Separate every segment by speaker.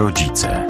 Speaker 1: rodzice.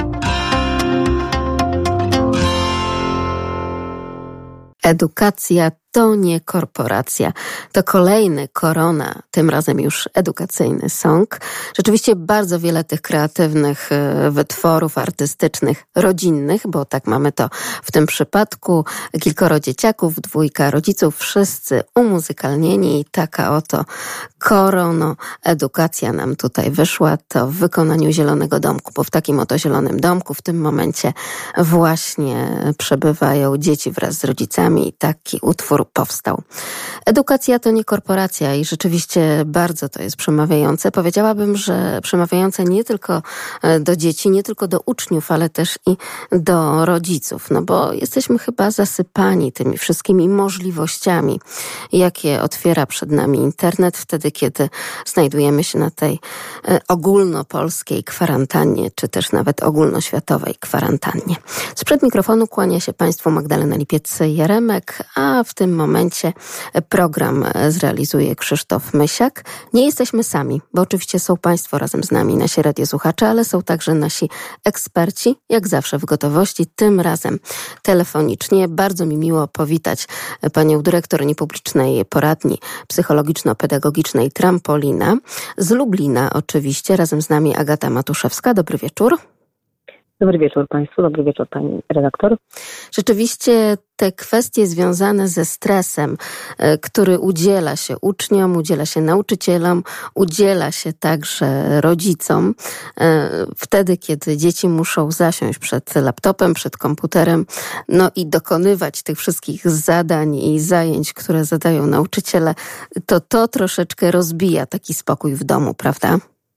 Speaker 2: Edukacja to nie korporacja. To kolejny Korona, tym razem już edukacyjny song. Rzeczywiście bardzo wiele tych kreatywnych wytworów artystycznych, rodzinnych, bo tak mamy to w tym przypadku. Kilkoro dzieciaków, 2 rodziców, wszyscy umuzykalnieni i taka oto Korono edukacja nam tutaj wyszła. To w wykonaniu Zielonego Domku, bo w takim oto Zielonym Domku w tym momencie właśnie przebywają dzieci wraz z rodzicami i taki utwór powstał. Edukacja to nie korporacja i rzeczywiście bardzo to jest przemawiające. Powiedziałabym, że przemawiające nie tylko do dzieci, nie tylko do uczniów, ale też i do rodziców, no bo jesteśmy chyba zasypani tymi wszystkimi możliwościami, jakie otwiera przed nami internet wtedy, kiedy znajdujemy się na tej ogólnopolskiej kwarantannie, czy też nawet ogólnoświatowej kwarantannie. Sprzed mikrofonu kłania się Państwu Magdalena Lipiec-Jaremek, a w tym momencie program zrealizuje Krzysztof Mysiak. Nie jesteśmy sami, bo oczywiście są Państwo razem z nami, nasi radiosłuchacze, ale są także nasi eksperci, jak zawsze w gotowości, tym razem telefonicznie. Bardzo mi miło powitać panią dyrektor niepublicznej poradni psychologiczno-pedagogicznej Trampolina z Lublina oczywiście. Razem z nami Agata Matuszewska. Dobry wieczór.
Speaker 3: Dobry wieczór Państwu, dobry wieczór Pani redaktor.
Speaker 2: Rzeczywiście te kwestie związane ze stresem, który udziela się uczniom, udziela się nauczycielom, udziela się także rodzicom, wtedy kiedy dzieci muszą zasiąść przed laptopem, przed komputerem, no i dokonywać tych wszystkich zadań i zajęć, które zadają nauczyciele, to troszeczkę rozbija taki spokój w domu, prawda?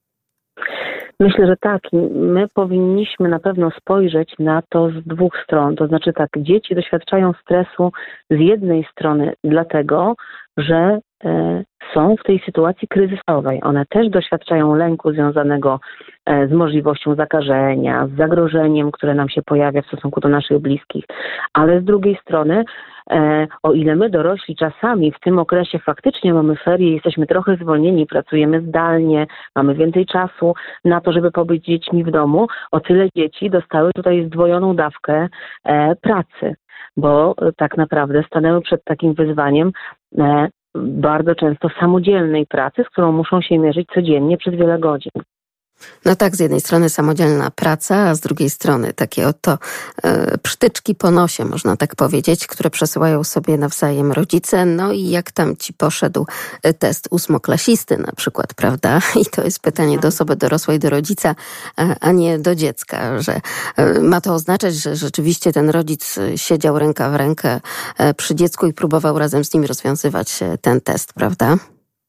Speaker 3: Myślę, że tak. My powinniśmy na pewno spojrzeć na to z 2 stron. To znaczy tak, dzieci doświadczają stresu z jednej strony dlatego, że są w tej sytuacji kryzysowej. One też doświadczają lęku związanego z możliwością zakażenia, z zagrożeniem, które nam się pojawia w stosunku do naszych bliskich. Ale z drugiej strony, o ile my dorośli czasami w tym okresie faktycznie mamy ferie, jesteśmy trochę zwolnieni, pracujemy zdalnie, mamy więcej czasu na to, żeby pobyć z dziećmi w domu, o tyle dzieci dostały tutaj zdwojoną dawkę pracy, bo tak naprawdę stanęły przed takim wyzwaniem bardzo często samodzielnej pracy, z którą muszą się mierzyć codziennie przez wiele godzin.
Speaker 2: No tak, z jednej strony samodzielna praca, a z drugiej strony takie oto psztyczki po nosie, można tak powiedzieć, które przesyłają sobie nawzajem rodzice. No i jak tam ci poszedł test 8-klasisty na przykład, prawda? I to jest pytanie do osoby dorosłej, do rodzica, a nie do dziecka, że ma to oznaczać, że rzeczywiście ten rodzic siedział ręka w rękę przy dziecku i próbował razem z nim rozwiązywać ten test, prawda?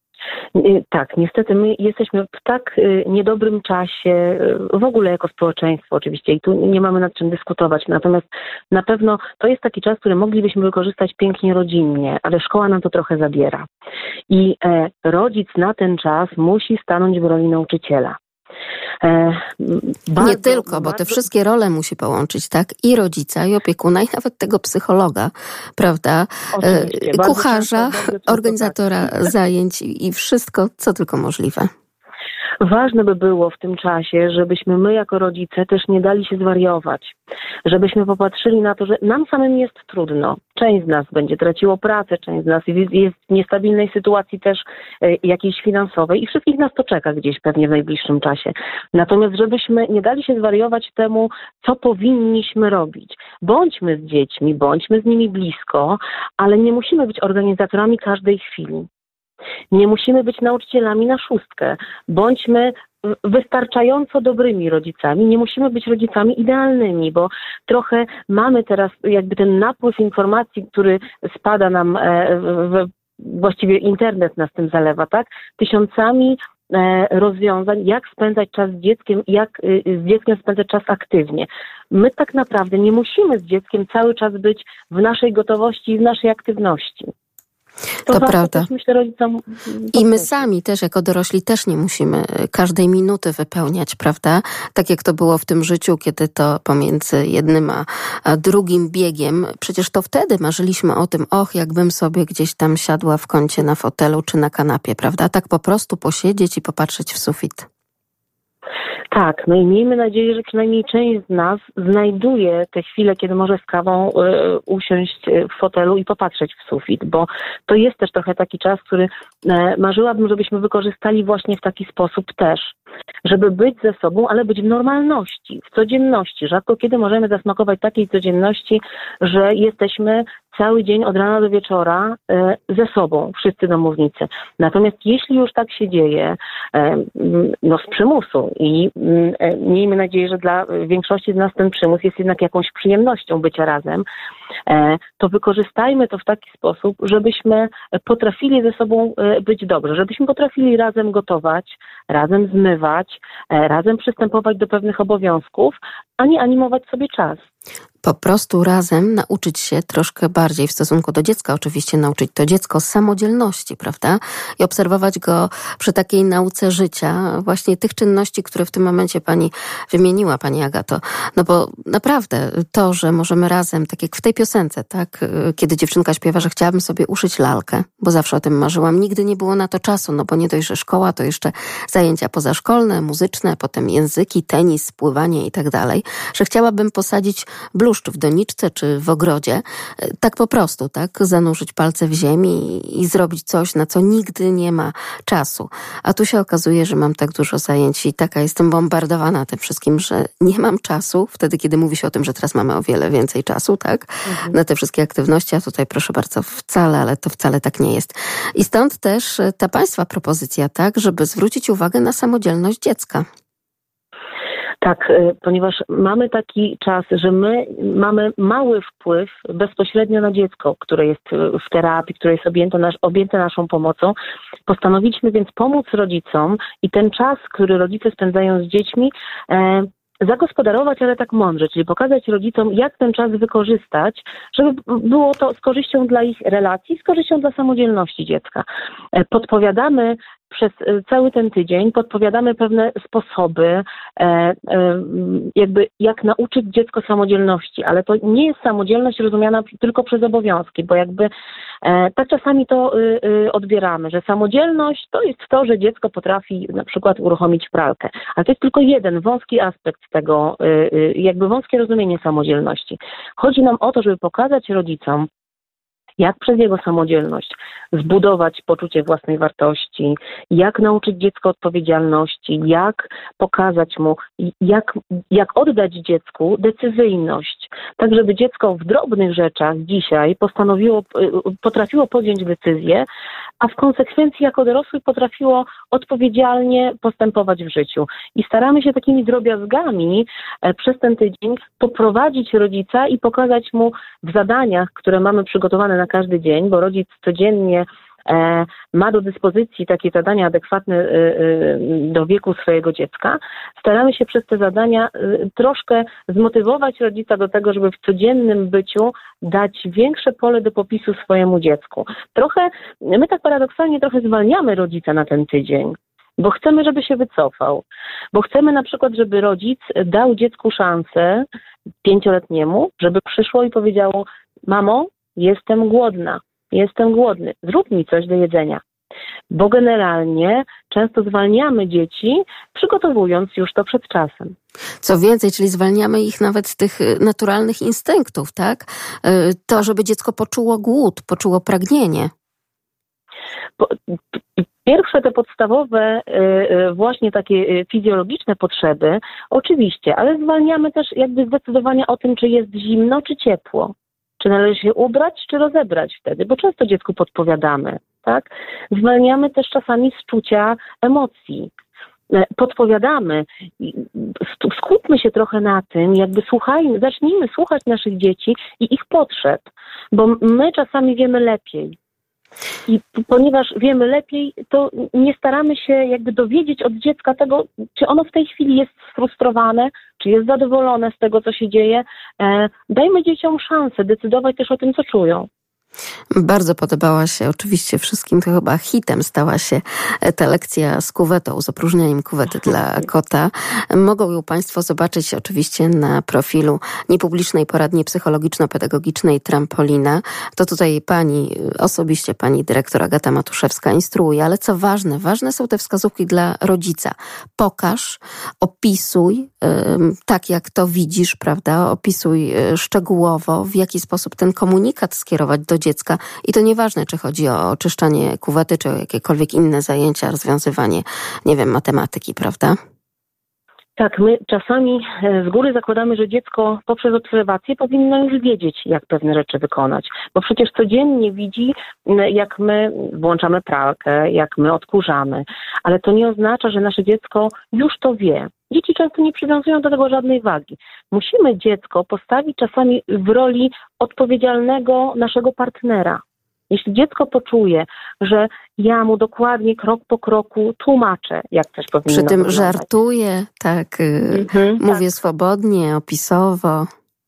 Speaker 3: Tak, niestety my jesteśmy w tak niedobrym czasie, w ogóle jako społeczeństwo oczywiście i tu nie mamy nad czym dyskutować, natomiast na pewno to jest taki czas, który moglibyśmy wykorzystać pięknie rodzinnie, ale szkoła nam to trochę zabiera. I rodzic na ten czas musi stanąć w roli nauczyciela.
Speaker 2: Nie tylko, bo te wszystkie role musi połączyć, tak? I rodzica, i opiekuna, i nawet tego psychologa, prawda? Kucharza, organizatora zajęć i wszystko, co tylko możliwe.
Speaker 3: Ważne by było w tym czasie, żebyśmy my jako rodzice też nie dali się zwariować. Żebyśmy popatrzyli na to, że nam samym jest trudno. Część z nas będzie traciło pracę, część z nas jest w niestabilnej sytuacji też jakiejś finansowej i wszystkich nas to czeka gdzieś pewnie w najbliższym czasie. Natomiast żebyśmy nie dali się zwariować temu, co powinniśmy robić. Bądźmy z dziećmi, bądźmy z nimi blisko, ale nie musimy być organizatorami każdej chwili. Nie musimy być nauczycielami na 6. Bądźmy wystarczająco dobrymi rodzicami. Nie musimy być rodzicami idealnymi, bo trochę mamy teraz jakby ten napływ informacji, który spada nam właściwie internet nas tym zalewa, tak? Tysiącami rozwiązań, jak spędzać czas z dzieckiem, jak z dzieckiem spędzać czas aktywnie. My tak naprawdę nie musimy z dzieckiem cały czas być w naszej gotowości i w naszej aktywności.
Speaker 2: To prawda.
Speaker 3: Też, myślę, rodzicom
Speaker 2: i my sami też jako dorośli też nie musimy każdej minuty wypełniać, prawda? Tak jak to było w tym życiu, kiedy to pomiędzy jednym a drugim biegiem, przecież to wtedy marzyliśmy o tym, jakbym sobie gdzieś tam siadła w kącie na fotelu czy na kanapie, prawda? Tak po prostu posiedzieć i popatrzeć w sufit.
Speaker 3: Tak, no i miejmy nadzieję, że przynajmniej część z nas znajduje te chwile, kiedy może z kawą usiąść w fotelu i popatrzeć w sufit, bo to jest też trochę taki czas, który marzyłabym, żebyśmy wykorzystali właśnie w taki sposób też, żeby być ze sobą, ale być w normalności, w codzienności. Rzadko kiedy możemy zasmakować takiej codzienności, że jesteśmy cały dzień od rana do wieczora ze sobą, wszyscy domownicy. Natomiast jeśli już tak się dzieje, no z przymusu i miejmy nadzieję, że dla większości z nas ten przymus jest jednak jakąś przyjemnością bycia razem, to wykorzystajmy to w taki sposób, żebyśmy potrafili ze sobą być dobrze, żebyśmy potrafili razem gotować, razem zmywać, razem przystępować do pewnych obowiązków, a nie animować sobie czas.
Speaker 2: Po prostu razem nauczyć się troszkę bardziej w stosunku do dziecka, oczywiście nauczyć to dziecko samodzielności, prawda? I obserwować go przy takiej nauce życia, właśnie tych czynności, które w tym momencie pani wymieniła, pani Agato. No bo naprawdę to, że możemy razem, tak jak w tej piosence, tak? Kiedy dziewczynka śpiewa, że chciałabym sobie uszyć lalkę, bo zawsze o tym marzyłam. Nigdy nie było na to czasu, no bo nie dość, że szkoła, to jeszcze zajęcia pozaszkolne, muzyczne, potem języki, tenis, pływanie i tak dalej, że chciałabym posadzić bluszcz w doniczce czy w ogrodzie, tak po prostu, tak, zanurzyć palce w ziemi i zrobić coś, na co nigdy nie ma czasu. A tu się okazuje, że mam tak dużo zajęć i taka jestem bombardowana tym wszystkim, że nie mam czasu, wtedy kiedy mówi się o tym, że teraz mamy o wiele więcej czasu, tak, na te wszystkie aktywności, a tutaj proszę bardzo, wcale, ale to wcale tak nie jest. I stąd też ta państwa propozycja, tak, żeby zwrócić uwagę na samodzielność dziecka.
Speaker 3: Tak, ponieważ mamy taki czas, że my mamy mały wpływ bezpośrednio na dziecko, które jest w terapii, które jest objęte naszą pomocą. Postanowiliśmy więc pomóc rodzicom i ten czas, który rodzice spędzają z dziećmi, zagospodarować, ale tak mądrze, czyli pokazać rodzicom, jak ten czas wykorzystać, żeby było to z korzyścią dla ich relacji, z korzyścią dla samodzielności dziecka. Podpowiadamy przez cały ten tydzień, podpowiadamy pewne sposoby, jakby jak nauczyć dziecko samodzielności, ale to nie jest samodzielność rozumiana tylko przez obowiązki, bo jakby tak czasami to odbieramy, że samodzielność to jest to, że dziecko potrafi na przykład uruchomić pralkę, ale to jest tylko jeden wąski aspekt tego, jakby wąskie rozumienie samodzielności. Chodzi nam o to, żeby pokazać rodzicom, jak przez jego samodzielność zbudować poczucie własnej wartości, jak nauczyć dziecko odpowiedzialności, jak pokazać mu, jak oddać dziecku decyzyjność, tak żeby dziecko w drobnych rzeczach dzisiaj potrafiło podjąć decyzję, a w konsekwencji jako dorosły potrafiło odpowiedzialnie postępować w życiu. I staramy się takimi drobiazgami przez ten tydzień poprowadzić rodzica i pokazać mu w zadaniach, które mamy przygotowane na każdy dzień, bo rodzic codziennie ma do dyspozycji takie zadania adekwatne do wieku swojego dziecka. Staramy się przez te zadania troszkę zmotywować rodzica do tego, żeby w codziennym byciu dać większe pole do popisu swojemu dziecku. My tak paradoksalnie trochę zwalniamy rodzica na ten tydzień, bo chcemy, żeby się wycofał, bo chcemy na przykład, żeby rodzic dał dziecku szansę 5-letniemu, żeby przyszło i powiedziało: mamo, jestem głodny, zrób mi coś do jedzenia. Bo generalnie często zwalniamy dzieci, przygotowując już to przed czasem.
Speaker 2: Co więcej, czyli zwalniamy ich nawet z tych naturalnych instynktów, tak? To, żeby dziecko poczuło głód, poczuło pragnienie.
Speaker 3: Pierwsze te podstawowe właśnie takie fizjologiczne potrzeby, oczywiście, ale zwalniamy też jakby zdecydowanie o tym, czy jest zimno, czy ciepło. Czy należy się ubrać, czy rozebrać wtedy, bo często dziecku podpowiadamy, tak? Zwalniamy też czasami z czucia emocji. Podpowiadamy, skupmy się trochę na tym, jakby zacznijmy słuchać naszych dzieci i ich potrzeb, bo my czasami wiemy lepiej. I ponieważ wiemy lepiej, to nie staramy się jakby dowiedzieć od dziecka tego, czy ono w tej chwili jest sfrustrowane, czy jest zadowolone z tego, co się dzieje. Dajmy dzieciom szansę decydować też o tym, co czują.
Speaker 2: Bardzo podobała się oczywiście wszystkim, to chyba hitem stała się ta lekcja z kuwetą, z opróżnianiem kuwety dla kota. Mogą ją Państwo zobaczyć oczywiście na profilu Niepublicznej Poradni Psychologiczno-Pedagogicznej Trampolina. To tutaj osobiście pani dyrektor Agata Matuszewska instruuje, ale co ważne są te wskazówki dla rodzica. Pokaż, opisuj, tak jak to widzisz, prawda? Opisuj szczegółowo, w jaki sposób ten komunikat skierować do dziecka. I to nieważne, czy chodzi o oczyszczanie kuwety, czy o jakiekolwiek inne zajęcia, rozwiązywanie, matematyki, prawda?
Speaker 3: Tak, my czasami z góry zakładamy, że dziecko poprzez obserwację powinno już wiedzieć, jak pewne rzeczy wykonać. Bo przecież codziennie widzi, jak my włączamy pralkę, jak my odkurzamy. Ale to nie oznacza, że nasze dziecko już to wie. Dzieci często nie przywiązują do tego żadnej wagi. Musimy dziecko postawić czasami w roli odpowiedzialnego naszego partnera. Jeśli dziecko poczuje, że ja mu dokładnie krok po kroku tłumaczę, jak coś powinno
Speaker 2: wyglądać.
Speaker 3: Przy tym
Speaker 2: żartuję, tak, mówię swobodnie, opisowo.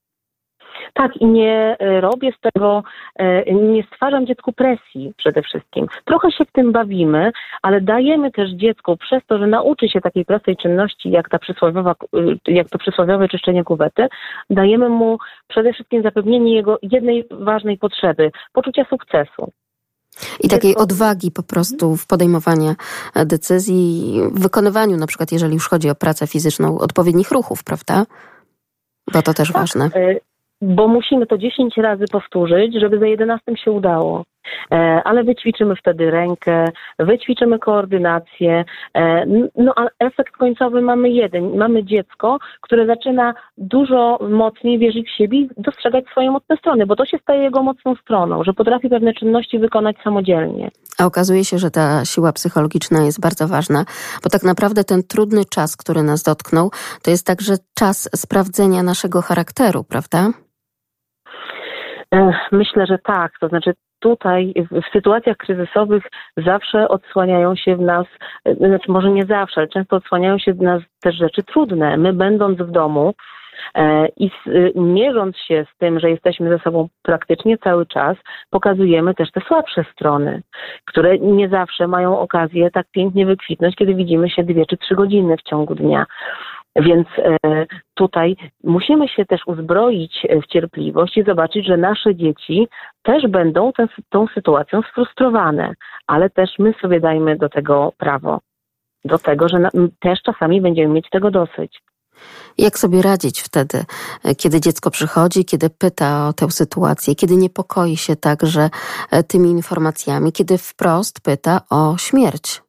Speaker 3: Tak, i nie robię z tego, nie stwarzam dziecku presji przede wszystkim. Trochę się w tym bawimy, ale dajemy też dziecku przez to, że nauczy się takiej prostej czynności, jak to przysłowiowe czyszczenie kuwety, dajemy mu przede wszystkim zapewnienie jego jednej ważnej potrzeby, poczucia sukcesu.
Speaker 2: I takiej odwagi po prostu w podejmowaniu decyzji, w wykonywaniu na przykład, jeżeli już chodzi o pracę fizyczną, odpowiednich ruchów, prawda? Bo to też ważne.
Speaker 3: Bo musimy to 10 razy powtórzyć, żeby za 11 się udało. Ale wyćwiczymy wtedy rękę, wyćwiczymy koordynację, a efekt końcowy mamy jeden. Mamy dziecko, które zaczyna dużo mocniej wierzyć w siebie i dostrzegać swoje mocne strony, bo to się staje jego mocną stroną, że potrafi pewne czynności wykonać samodzielnie.
Speaker 2: A okazuje się, że ta siła psychologiczna jest bardzo ważna, bo tak naprawdę ten trudny czas, który nas dotknął, to jest także czas sprawdzenia naszego charakteru, prawda?
Speaker 3: Myślę, że tak. To znaczy tutaj w sytuacjach kryzysowych zawsze odsłaniają się w nas, może nie zawsze, ale często odsłaniają się w nas też rzeczy trudne. My będąc w domu i mierząc się z tym, że jesteśmy ze sobą praktycznie cały czas, pokazujemy też te słabsze strony, które nie zawsze mają okazję tak pięknie wykwitnąć, kiedy widzimy się 2 czy 3 godziny w ciągu dnia. Więc tutaj musimy się też uzbroić w cierpliwość i zobaczyć, że nasze dzieci też będą tą sytuacją sfrustrowane, ale też my sobie dajmy do tego prawo, do tego, że też czasami będziemy mieć tego dosyć.
Speaker 2: Jak sobie radzić wtedy, kiedy dziecko przychodzi, kiedy pyta o tę sytuację, kiedy niepokoi się także tymi informacjami, kiedy wprost pyta o śmierć?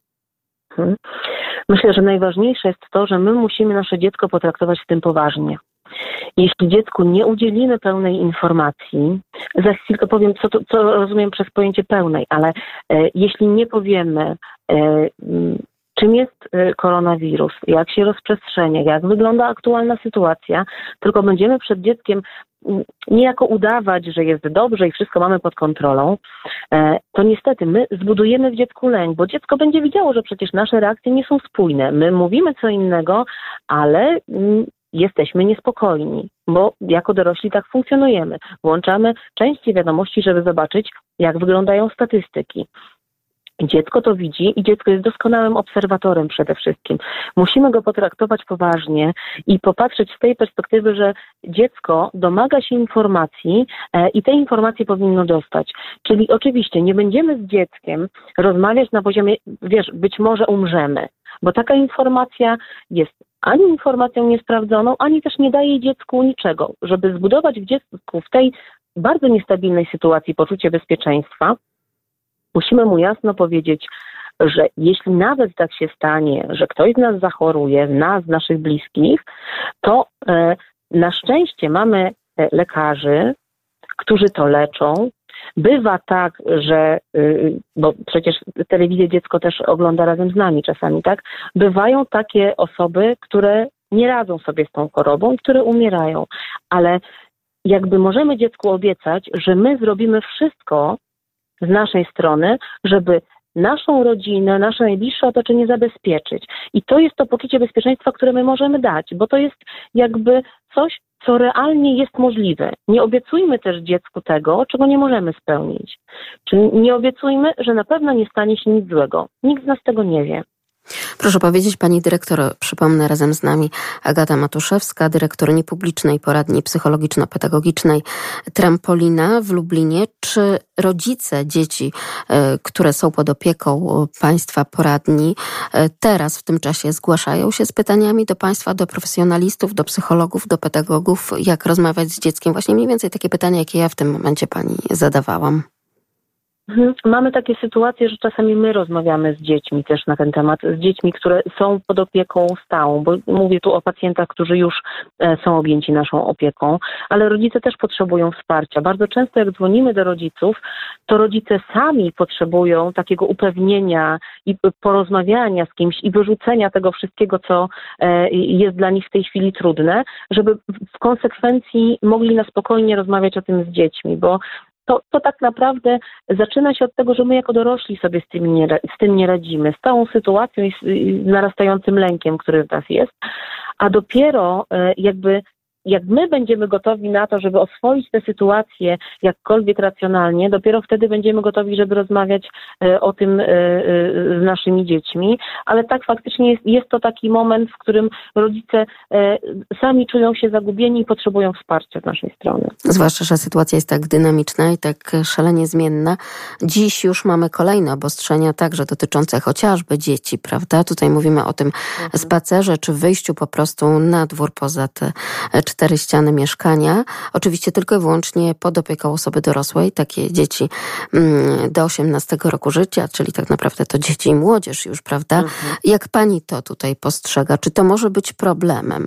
Speaker 3: Myślę, że najważniejsze jest to, że my musimy nasze dziecko potraktować w tym poważnie. Jeśli dziecku nie udzielimy pełnej informacji, za chwilkę powiem, co rozumiem przez pojęcie pełnej, ale jeśli nie powiemy, czym jest koronawirus, jak się rozprzestrzenia, jak wygląda aktualna sytuacja, tylko będziemy przed dzieckiem niejako udawać, że jest dobrze i wszystko mamy pod kontrolą, to niestety my zbudujemy w dziecku lęk, bo dziecko będzie widziało, że przecież nasze reakcje nie są spójne. My mówimy co innego, ale jesteśmy niespokojni, bo jako dorośli tak funkcjonujemy. Włączamy części wiadomości, żeby zobaczyć, jak wyglądają statystyki. Dziecko to widzi i dziecko jest doskonałym obserwatorem przede wszystkim. Musimy go potraktować poważnie i popatrzeć z tej perspektywy, że dziecko domaga się informacji i te informacje powinno dostać. Czyli oczywiście nie będziemy z dzieckiem rozmawiać na poziomie, być może umrzemy, bo taka informacja jest ani informacją niesprawdzoną, ani też nie daje dziecku niczego. Żeby zbudować w dziecku w tej bardzo niestabilnej sytuacji poczucie bezpieczeństwa, musimy mu jasno powiedzieć, że jeśli nawet tak się stanie, że ktoś z nas zachoruje, z naszych bliskich, to na szczęście mamy lekarzy, którzy to leczą. Bywa tak, że, bo przecież telewizję dziecko też ogląda razem z nami czasami, tak? Bywają takie osoby, które nie radzą sobie z tą chorobą i które umierają, ale jakby możemy dziecku obiecać, że my zrobimy wszystko z naszej strony, żeby naszą rodzinę, nasze najbliższe otoczenie zabezpieczyć. I to jest to poczucie bezpieczeństwa, które my możemy dać, bo to jest jakby coś, co realnie jest możliwe. Nie obiecujmy też dziecku tego, czego nie możemy spełnić. Czyli nie obiecujmy, że na pewno nie stanie się nic złego. Nikt z nas tego nie wie.
Speaker 2: Proszę powiedzieć, pani dyrektor, przypomnę, razem z nami Agata Matuszewska, dyrektor niepublicznej poradni psychologiczno-pedagogicznej Trampolina w Lublinie. Czy rodzice dzieci, które są pod opieką państwa poradni, teraz w tym czasie zgłaszają się z pytaniami do państwa, do profesjonalistów, do psychologów, do pedagogów, jak rozmawiać z dzieckiem? Właśnie mniej więcej takie pytania, jakie ja w tym momencie pani zadawałam.
Speaker 3: Mamy takie sytuacje, że czasami my rozmawiamy z dziećmi też na ten temat, z dziećmi, które są pod opieką stałą, bo mówię tu o pacjentach, którzy już są objęci naszą opieką, ale rodzice też potrzebują wsparcia. Bardzo często jak dzwonimy do rodziców, to rodzice sami potrzebują takiego upewnienia i porozmawiania z kimś i wyrzucenia tego wszystkiego, co jest dla nich w tej chwili trudne, żeby w konsekwencji mogli na spokojnie rozmawiać o tym z dziećmi, bo to tak naprawdę zaczyna się od tego, że my jako dorośli sobie z tym nie radzimy, z całą sytuacją i z narastającym lękiem, który w nas jest, a dopiero jak my będziemy gotowi na to, żeby oswoić tę sytuację jakkolwiek racjonalnie, dopiero wtedy będziemy gotowi, żeby rozmawiać o tym z naszymi dziećmi, ale tak faktycznie jest to taki moment, w którym rodzice sami czują się zagubieni i potrzebują wsparcia z naszej strony.
Speaker 2: Zwłaszcza, że sytuacja jest tak dynamiczna i tak szalenie zmienna. Dziś już mamy kolejne obostrzenia, także dotyczące chociażby dzieci, prawda? Tutaj mówimy o tym spacerze, czy wyjściu po prostu na dwór poza te 4 ściany mieszkania. Oczywiście tylko i wyłącznie pod opieką osoby dorosłej. Takie dzieci do 18 roku życia, czyli tak naprawdę to dzieci i młodzież już, prawda? Jak pani to tutaj postrzega? Czy to może być problemem?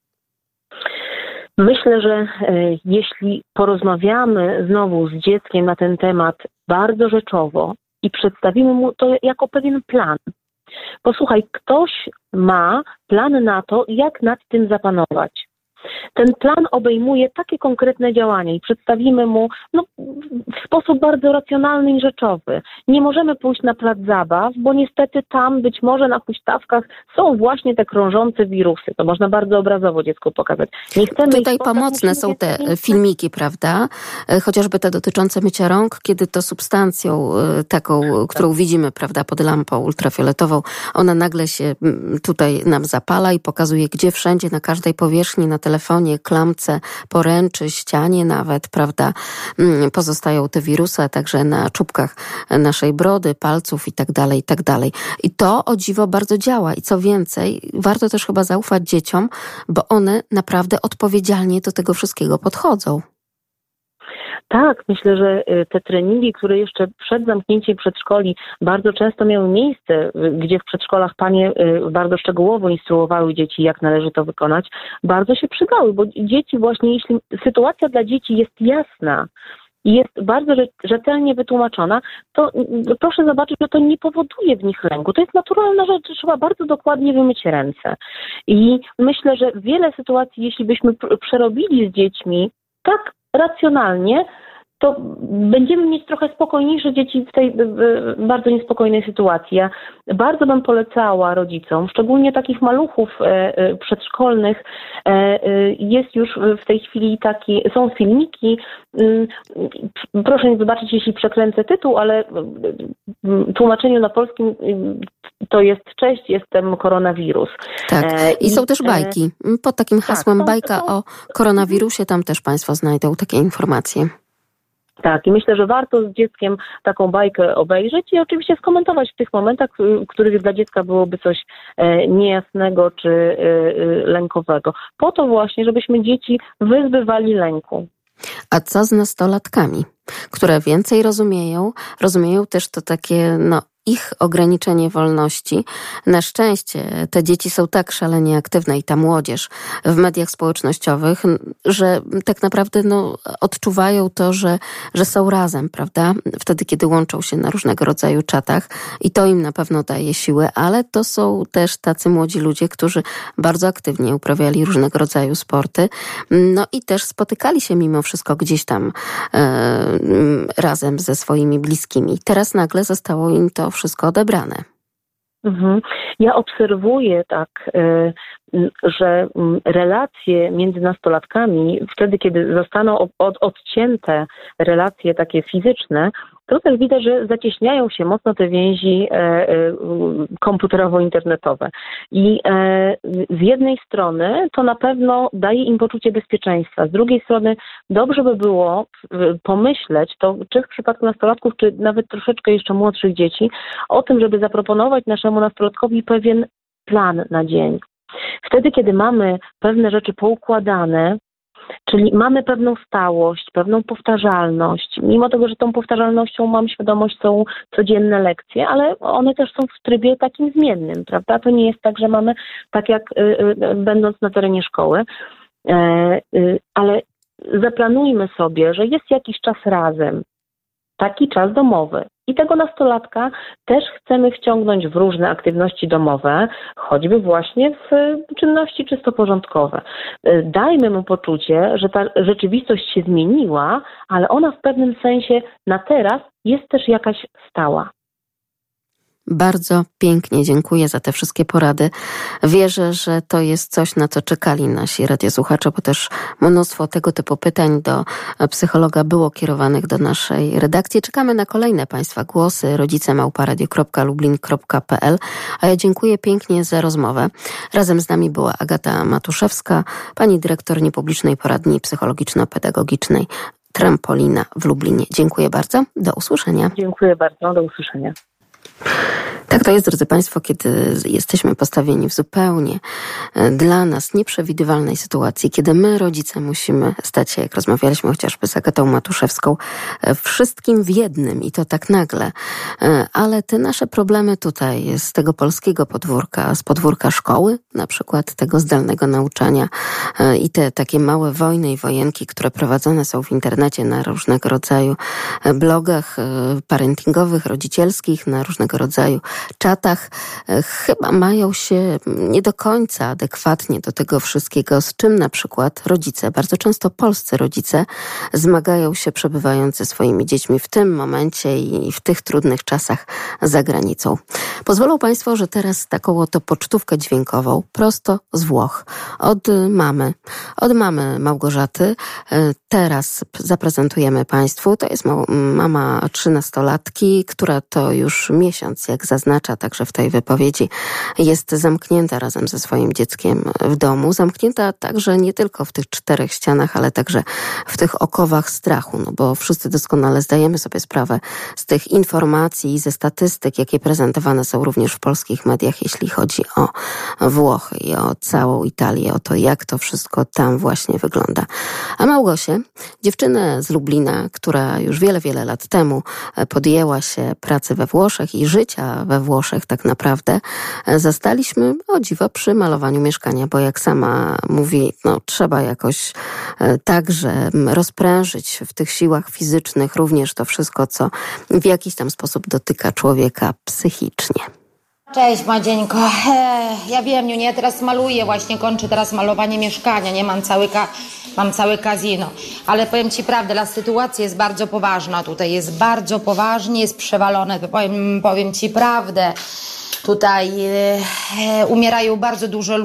Speaker 3: Myślę, że jeśli porozmawiamy znowu z dzieckiem na ten temat bardzo rzeczowo i przedstawimy mu to jako pewien plan. Posłuchaj, ktoś ma plan na to, jak nad tym zapanować. Ten plan obejmuje takie konkretne działania i przedstawimy mu w sposób bardzo racjonalny i rzeczowy. Nie możemy pójść na plac zabaw, bo niestety tam być może na huśtawkach są właśnie te krążące wirusy. To można bardzo obrazowo dziecku pokazać. Nie chcemy
Speaker 2: tutaj pomocne są te filmiki, prawda? Chociażby te dotyczące mycia rąk, kiedy to substancją taką, którą widzimy, prawda, pod lampą ultrafioletową, ona nagle się tutaj nam zapala i pokazuje, gdzie wszędzie, na każdej powierzchni, na telefonie, klamce, poręczy, ścianie nawet, prawda, pozostają te wirusy, a także na czubkach naszej brody, palców i tak dalej, i tak dalej. I to o dziwo bardzo działa. I co więcej, warto też chyba zaufać dzieciom, bo one naprawdę odpowiedzialnie do tego wszystkiego podchodzą.
Speaker 3: Tak, myślę, że te treningi, które jeszcze przed zamknięciem przedszkoli bardzo często miały miejsce, gdzie w przedszkolach panie bardzo szczegółowo instruowały dzieci, jak należy to wykonać, bardzo się przydały, bo dzieci właśnie, jeśli sytuacja dla dzieci jest jasna i jest bardzo rzetelnie wytłumaczona, to proszę zobaczyć, że to nie powoduje w nich lęku. To jest naturalna rzecz, trzeba bardzo dokładnie wymyć ręce. I myślę, że wiele sytuacji, jeśli byśmy przerobili z dziećmi tak racjonalnie, to będziemy mieć trochę spokojniejsze dzieci w tej bardzo niespokojnej sytuacji. Ja bardzo bym polecała rodzicom, szczególnie takich maluchów przedszkolnych, jest już w tej chwili są filmiki, proszę mi wybaczyć, jeśli przekręcę tytuł, ale w tłumaczeniu na polskim to jest cześć, jestem koronawirus.
Speaker 2: Tak, i są też bajki. Pod takim hasłem bajka o koronawirusie, tam też państwo znajdą takie informacje.
Speaker 3: Tak, i myślę, że warto z dzieckiem taką bajkę obejrzeć i oczywiście skomentować w tych momentach, w których dla dziecka byłoby coś niejasnego czy lękowego. Po to właśnie, żebyśmy dzieci wyzbywali lęku.
Speaker 2: A co z nastolatkami, które więcej rozumieją też to takie, ich ograniczenie wolności. Na szczęście te dzieci są tak szalenie aktywne i ta młodzież w mediach społecznościowych, że tak naprawdę odczuwają to, że są razem, prawda? Wtedy, kiedy łączą się na różnego rodzaju czatach i to im na pewno daje siłę, ale to są też tacy młodzi ludzie, którzy bardzo aktywnie uprawiali różnego rodzaju sporty, i też spotykali się mimo wszystko gdzieś tam razem ze swoimi bliskimi. Teraz nagle zostało im to wszystko odebrane.
Speaker 3: Ja obserwuję tak że relacje między nastolatkami, wtedy kiedy zostaną odcięte relacje takie fizyczne, to też widać, że zacieśniają się mocno te więzi komputerowo-internetowe. I z jednej strony to na pewno daje im poczucie bezpieczeństwa. Z drugiej strony dobrze by było pomyśleć, to czy w przypadku nastolatków, czy nawet troszeczkę jeszcze młodszych dzieci, o tym, żeby zaproponować naszemu nastolatkowi pewien plan na dzień. Wtedy, kiedy mamy pewne rzeczy poukładane, czyli mamy pewną stałość, pewną powtarzalność. Mimo tego, że tą powtarzalnością mam świadomość, są codzienne lekcje, ale one też są w trybie takim zmiennym, prawda? To nie jest tak, że mamy tak jak będąc na terenie szkoły, ale zaplanujmy sobie, że jest jakiś czas razem, taki czas domowy. I tego nastolatka też chcemy wciągnąć w różne aktywności domowe, choćby właśnie w czynności czysto porządkowe. Dajmy mu poczucie, że ta rzeczywistość się zmieniła, ale ona w pewnym sensie na teraz jest też jakaś stała.
Speaker 2: Bardzo pięknie dziękuję za te wszystkie porady. Wierzę, że to jest coś, na co czekali nasi radiosłuchacze, bo też mnóstwo tego typu pytań do psychologa było kierowanych do naszej redakcji. Czekamy na kolejne Państwa głosy. rodzice@radio.lublin.pl. A ja dziękuję pięknie za rozmowę. Razem z nami była Agata Matuszewska, pani dyrektor niepublicznej poradni psychologiczno-pedagogicznej Trampolina w Lublinie. Dziękuję bardzo. Do usłyszenia.
Speaker 3: Dziękuję bardzo. Do usłyszenia.
Speaker 2: Tak to jest, drodzy Państwo, kiedy jesteśmy postawieni w zupełnie dla nas nieprzewidywalnej sytuacji, kiedy my, rodzice, musimy stać się, jak rozmawialiśmy chociażby z Agatą Matuszewską, wszystkim w jednym i to tak nagle. Ale te nasze problemy tutaj z tego polskiego podwórka, z podwórka szkoły, na przykład tego zdalnego nauczania i te takie małe wojny i wojenki, które prowadzone są w internecie na różnego rodzaju blogach parentingowych, rodzicielskich, na różnego rodzaju czatach, chyba mają się nie do końca adekwatnie do tego wszystkiego, z czym na przykład rodzice, bardzo często polscy rodzice, zmagają się przebywając ze swoimi dziećmi w tym momencie i w tych trudnych czasach za granicą. Pozwolą Państwo, że teraz taką oto pocztówkę dźwiękową prosto z Włoch od mamy Małgorzaty. Teraz zaprezentujemy Państwu. To jest mama 13-latki, która to już miesiąc, jak zaznacza także w tej wypowiedzi, jest zamknięta razem ze swoim dzieckiem w domu. Zamknięta także nie tylko w tych 4 ścianach, ale także w tych okowach strachu, no bo wszyscy doskonale zdajemy sobie sprawę z tych informacji i ze statystyk, jakie prezentowane są również w polskich mediach, jeśli chodzi o Włochy i o całą Italię, o to, jak to wszystko tam właśnie wygląda. A Małgosię, dziewczynę z Lublina, która już wiele, wiele lat temu podjęła się pracy we Włoszech i życia we Włoszech tak naprawdę, zastaliśmy, o dziwo, przy malowaniu mieszkania, bo jak sama mówi, trzeba jakoś także rozprężyć w tych siłach fizycznych również to wszystko, co w jakiś tam sposób dotyka człowieka psychicznie.
Speaker 1: Cześć Madzieńko, ja wiem, nie, teraz maluję, właśnie kończę teraz malowanie mieszkania, nie, mam całe casino, ale powiem Ci prawdę, ta sytuacja jest bardzo poważna, tutaj jest bardzo poważnie, jest przewalone, powiem Ci prawdę, tutaj umierają bardzo dużo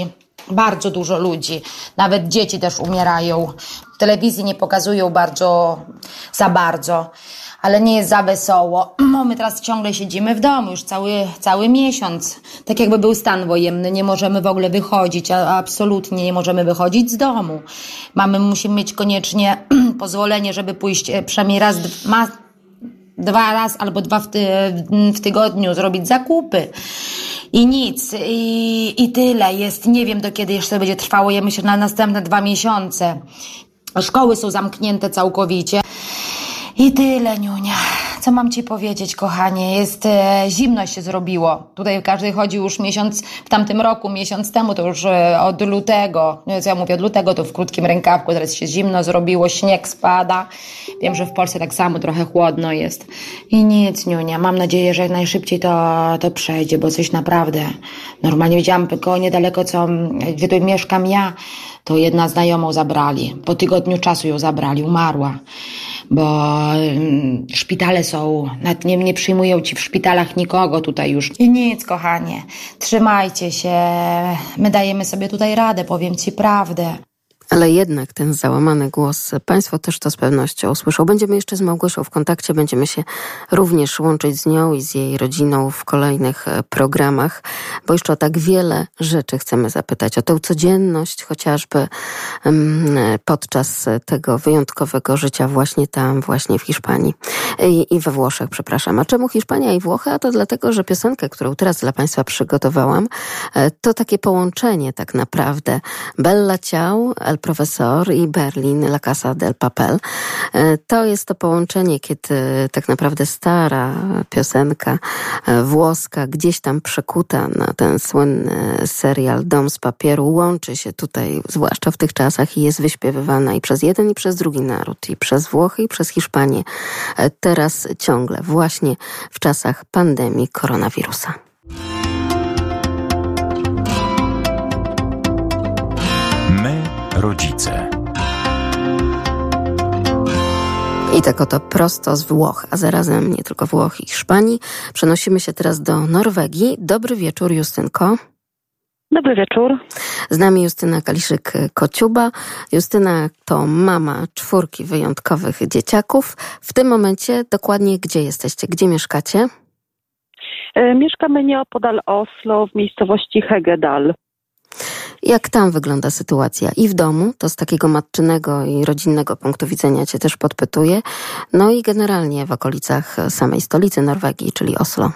Speaker 1: ludzi, nawet dzieci też umierają, w telewizji nie pokazują za bardzo. Ale nie jest za wesoło. My teraz ciągle siedzimy w domu, już cały miesiąc. Tak jakby był stan wojenny, nie możemy w ogóle wychodzić, absolutnie nie możemy wychodzić z domu. Musimy mieć koniecznie pozwolenie, żeby pójść przynajmniej dwa razy albo 2 w tygodniu zrobić zakupy. I nic. I tyle jest. Nie wiem, do kiedy jeszcze będzie trwało. Ja myślę, na następne 2 miesiące. Szkoły są zamknięte całkowicie. I tyle, Niunia. Co mam Ci powiedzieć, kochanie? Zimno się zrobiło. Tutaj każdy chodził już w tamtym roku, miesiąc temu, to już od lutego. Co ja mówię, od lutego to w krótkim rękawku, teraz się zimno zrobiło, śnieg spada. Wiem, że w Polsce tak samo trochę chłodno jest. I nic, Niunia. Mam nadzieję, że jak najszybciej to przejdzie, bo coś naprawdę. Normalnie widziałam tylko niedaleko, gdzie tu mieszkam ja, to jedna znajomą zabrali. Po tygodniu czasu ją zabrali, umarła. bo szpitale są, nawet nie przyjmują ci w szpitalach nikogo tutaj już. I nic, kochanie, trzymajcie się, my dajemy sobie tutaj radę, powiem ci prawdę.
Speaker 2: Ale jednak ten załamany głos Państwo też to z pewnością usłyszą. Będziemy jeszcze z Małgosią w kontakcie, będziemy się również łączyć z nią i z jej rodziną w kolejnych programach, bo jeszcze o tak wiele rzeczy chcemy zapytać. O tę codzienność chociażby podczas tego wyjątkowego życia właśnie tam, właśnie w Hiszpanii i we Włoszech, przepraszam. A czemu Hiszpania i Włochy? A to dlatego, że piosenkę, którą teraz dla Państwa przygotowałam, to takie połączenie tak naprawdę. Bella Ciao, El Profesor i Berlin, La Casa del Papel. To jest to połączenie, kiedy tak naprawdę stara piosenka włoska, gdzieś tam przekuta na ten słynny serial Dom z papieru, łączy się tutaj, zwłaszcza w tych czasach, i jest wyśpiewywana i przez jeden, i przez drugi naród, i przez Włochy, i przez Hiszpanię. Teraz ciągle, właśnie w czasach pandemii koronawirusa.
Speaker 4: Rodzice.
Speaker 2: I tak oto prosto z Włoch, a zarazem nie tylko Włoch i Hiszpanii, przenosimy się teraz do Norwegii. Dobry wieczór, Justynko.
Speaker 3: Dobry wieczór.
Speaker 2: Z nami Justyna Kaliszyk-Kociuba. Justyna to mama 4 wyjątkowych dzieciaków. W tym momencie dokładnie gdzie jesteście? Gdzie mieszkacie?
Speaker 3: Mieszkamy nieopodal Oslo, w miejscowości Hegedal.
Speaker 2: Jak tam wygląda sytuacja? I w domu, to z takiego matczynego i rodzinnego punktu widzenia cię też podpytuję, no i generalnie w okolicach samej stolicy Norwegii, czyli Oslo.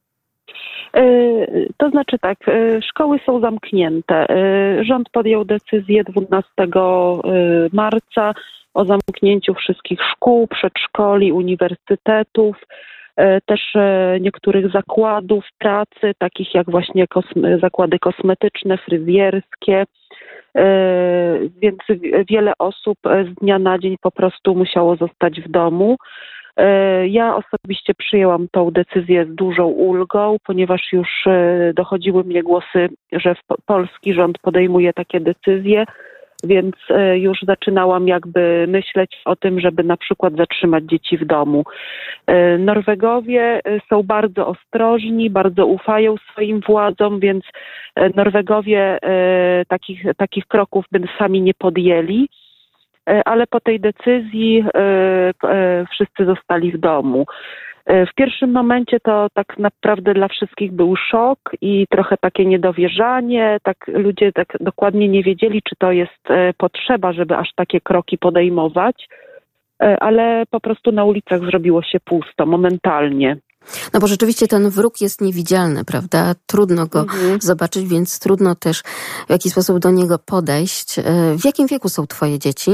Speaker 3: To znaczy tak, szkoły są zamknięte. Rząd podjął decyzję 12 marca o zamknięciu wszystkich szkół, przedszkoli, uniwersytetów, też niektórych zakładów pracy, takich jak właśnie zakłady kosmetyczne, fryzjerskie, więc wiele osób z dnia na dzień po prostu musiało zostać w domu. Ja osobiście przyjęłam tą decyzję z dużą ulgą, ponieważ już dochodziły mnie głosy, że polski rząd podejmuje takie decyzje, więc już zaczynałam jakby myśleć o tym, żeby na przykład zatrzymać dzieci w domu. Norwegowie są bardzo ostrożni, bardzo ufają swoim władzom, więc Norwegowie takich kroków by sami nie podjęli, ale po tej decyzji wszyscy zostali w domu. W pierwszym momencie to tak naprawdę dla wszystkich był szok i trochę takie niedowierzanie. Tak ludzie tak dokładnie nie wiedzieli, czy to jest potrzeba, żeby aż takie kroki podejmować, ale po prostu na ulicach zrobiło się pusto, momentalnie.
Speaker 2: No bo rzeczywiście ten wróg jest niewidzialny, prawda? Trudno go zobaczyć, więc trudno też w jakiś sposób do niego podejść. W jakim wieku są twoje dzieci?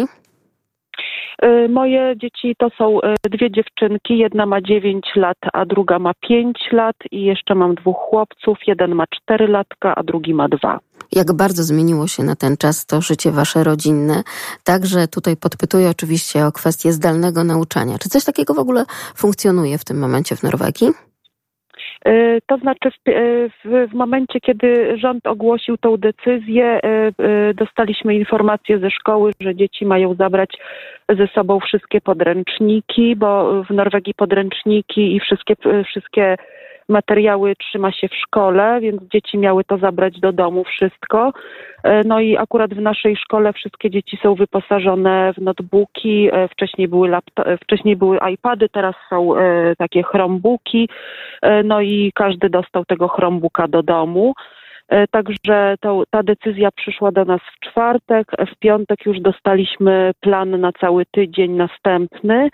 Speaker 3: Moje dzieci to są 2 dziewczynki, jedna ma 9 lat, a druga ma 5 lat i jeszcze mam 2 chłopców, jeden ma 4 latka, a drugi ma 2.
Speaker 2: Jak bardzo zmieniło się na ten czas to życie wasze rodzinne. Także tutaj podpytuję oczywiście o kwestię zdalnego nauczania. Czy coś takiego w ogóle funkcjonuje w tym momencie w Norwegii?
Speaker 3: To znaczy w momencie, kiedy rząd ogłosił tą decyzję, dostaliśmy informację ze szkoły, że dzieci mają zabrać ze sobą wszystkie podręczniki, bo w Norwegii podręczniki i wszystkie materiały trzyma się w szkole, więc dzieci miały to zabrać do domu wszystko. No i akurat w naszej szkole wszystkie dzieci są wyposażone w notebooki, wcześniej były iPady, teraz są takie Chromebooki, no i każdy dostał tego Chromebooka do domu. Także ta decyzja przyszła do nas w czwartek, w piątek już dostaliśmy plan na cały tydzień następny,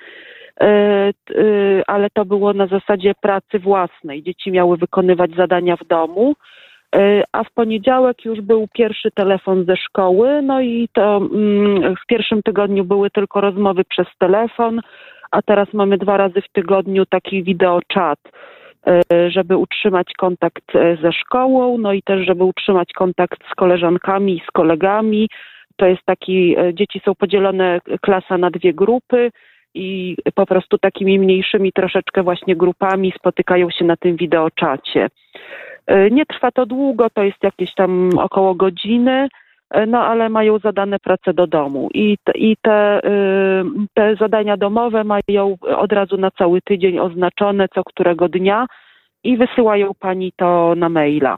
Speaker 3: ale to było na zasadzie pracy własnej. Dzieci miały wykonywać zadania w domu, a w poniedziałek już był pierwszy telefon ze szkoły, no i to w pierwszym tygodniu były tylko rozmowy przez telefon, a teraz mamy 2 razy w tygodniu taki wideoczat, żeby utrzymać kontakt ze szkołą, no i też żeby utrzymać kontakt z koleżankami i z kolegami. To jest dzieci są podzielone, klasa na 2 grupy i po prostu takimi mniejszymi troszeczkę właśnie grupami spotykają się na tym wideoczacie. Nie trwa to długo, to jest jakieś tam około godziny,
Speaker 4: no ale mają zadane prace do domu i te zadania domowe mają od razu na cały tydzień oznaczone co którego dnia i wysyłają pani to na maila.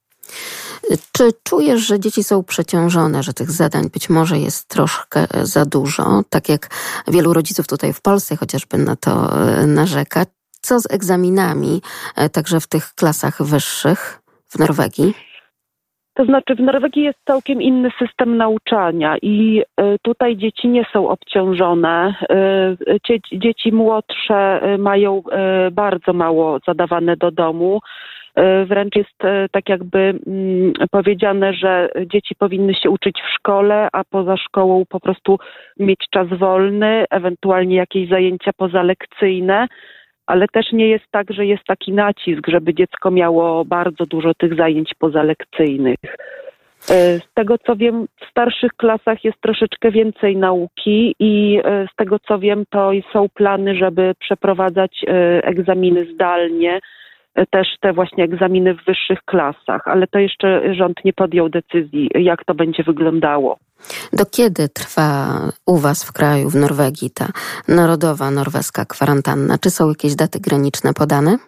Speaker 2: Czy czujesz, że dzieci są przeciążone, że tych zadań być może jest troszkę za dużo, tak jak wielu rodziców tutaj w Polsce chociażby na to narzeka? Co z egzaminami, także w tych klasach wyższych w Norwegii?
Speaker 4: To znaczy w Norwegii jest całkiem inny system nauczania i tutaj dzieci nie są obciążone. Dzieci młodsze mają bardzo mało zadawane do domu. Wręcz jest tak jakby powiedziane, że dzieci powinny się uczyć w szkole, a poza szkołą po prostu mieć czas wolny, ewentualnie jakieś zajęcia pozalekcyjne. Ale też nie jest tak, że jest taki nacisk, żeby dziecko miało bardzo dużo tych zajęć pozalekcyjnych. Z tego co wiem, w starszych klasach jest troszeczkę więcej nauki i z tego co wiem, to są plany, żeby przeprowadzać egzaminy zdalnie, też te właśnie egzaminy w wyższych klasach, ale to jeszcze rząd nie podjął decyzji, jak to będzie wyglądało.
Speaker 2: Do kiedy trwa u was w kraju, w Norwegii, ta narodowa norweska kwarantanna? Czy są jakieś daty graniczne podane?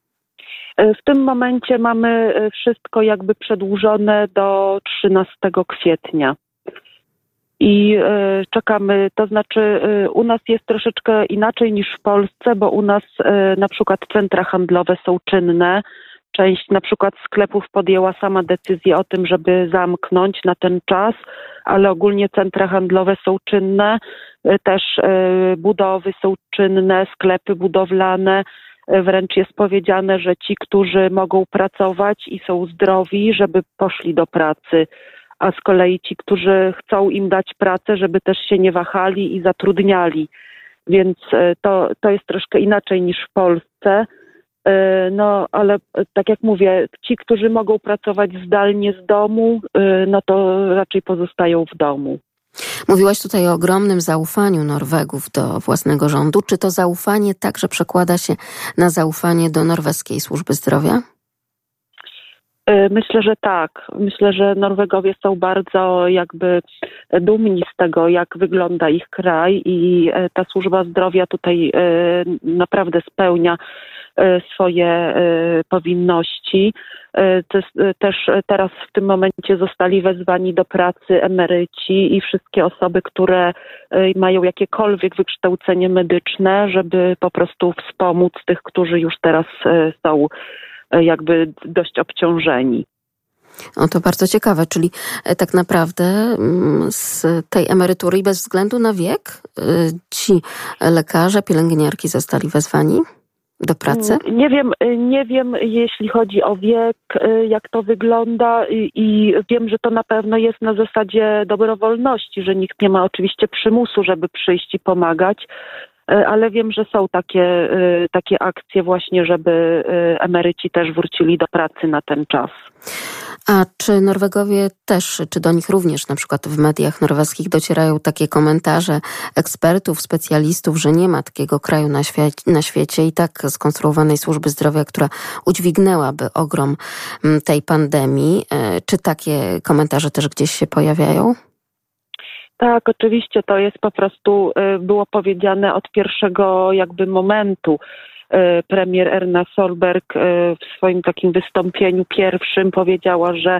Speaker 4: W tym momencie mamy wszystko jakby przedłużone do 13 kwietnia. I czekamy, to znaczy u nas jest troszeczkę inaczej niż w Polsce, bo u nas na przykład centra handlowe są czynne. Część na przykład sklepów podjęła sama decyzję o tym, żeby zamknąć na ten czas, ale ogólnie centra handlowe są czynne, też budowy są czynne, sklepy budowlane. Wręcz jest powiedziane, że ci, którzy mogą pracować i są zdrowi, żeby poszli do pracy, a z kolei ci, którzy chcą im dać pracę, żeby też się nie wahali i zatrudniali. Więc to jest troszkę inaczej niż w Polsce. No, ale tak jak mówię, ci, którzy mogą pracować zdalnie z domu, no to raczej pozostają w domu.
Speaker 2: Mówiłaś tutaj o ogromnym zaufaniu Norwegów do własnego rządu. Czy to zaufanie także przekłada się na zaufanie do norweskiej służby zdrowia?
Speaker 4: Myślę, że tak. Myślę, że Norwegowie są bardzo jakby dumni z tego, jak wygląda ich kraj i ta służba zdrowia tutaj naprawdę spełnia swoje powinności. Też teraz w tym momencie zostali wezwani do pracy emeryci i wszystkie osoby, które mają jakiekolwiek wykształcenie medyczne, żeby po prostu wspomóc tych, którzy już teraz są jakby dość obciążeni.
Speaker 2: O, to bardzo ciekawe, czyli tak naprawdę z tej emerytury i bez względu na wiek ci lekarze, pielęgniarki zostali wezwani do pracy?
Speaker 4: Nie wiem, jeśli chodzi o wiek, jak to wygląda i wiem, że to na pewno jest na zasadzie dobrowolności, że nikt nie ma oczywiście przymusu, żeby przyjść i pomagać, ale wiem, że są takie akcje właśnie, żeby emeryci też wrócili do pracy na ten czas.
Speaker 2: A czy Norwegowie też, czy do nich również na przykład w mediach norweskich docierają takie komentarze ekspertów, specjalistów, że nie ma takiego kraju na świecie i tak skonstruowanej służby zdrowia, która udźwignęłaby ogrom tej pandemii? Czy takie komentarze też gdzieś się pojawiają?
Speaker 4: Tak, oczywiście to jest po prostu, było powiedziane od pierwszego jakby momentu. Premier Erna Solberg w swoim takim wystąpieniu pierwszym powiedziała, że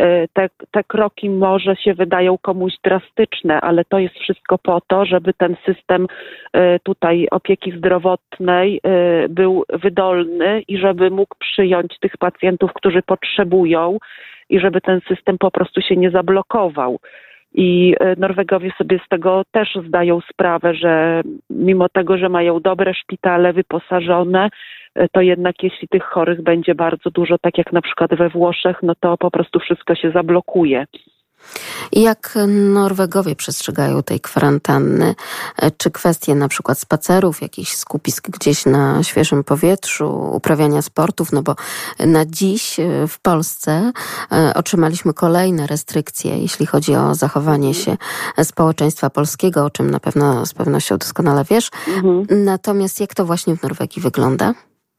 Speaker 4: te kroki może się wydają komuś drastyczne, ale to jest wszystko po to, żeby ten system tutaj opieki zdrowotnej był wydolny i żeby mógł przyjąć tych pacjentów, którzy potrzebują i żeby ten system po prostu się nie zablokował. I Norwegowie sobie z tego też zdają sprawę, że mimo tego, że mają dobre szpitale wyposażone, to jednak jeśli tych chorych będzie bardzo dużo, tak jak na przykład we Włoszech, no to po prostu wszystko się zablokuje.
Speaker 2: Jak Norwegowie przestrzegają tej kwarantanny? Czy kwestie na przykład spacerów, jakichś skupisk gdzieś na świeżym powietrzu, uprawiania sportów? No bo na dziś w Polsce otrzymaliśmy kolejne restrykcje, jeśli chodzi o zachowanie się społeczeństwa polskiego, o czym na pewno z pewnością doskonale wiesz. Natomiast jak to właśnie w Norwegii wygląda?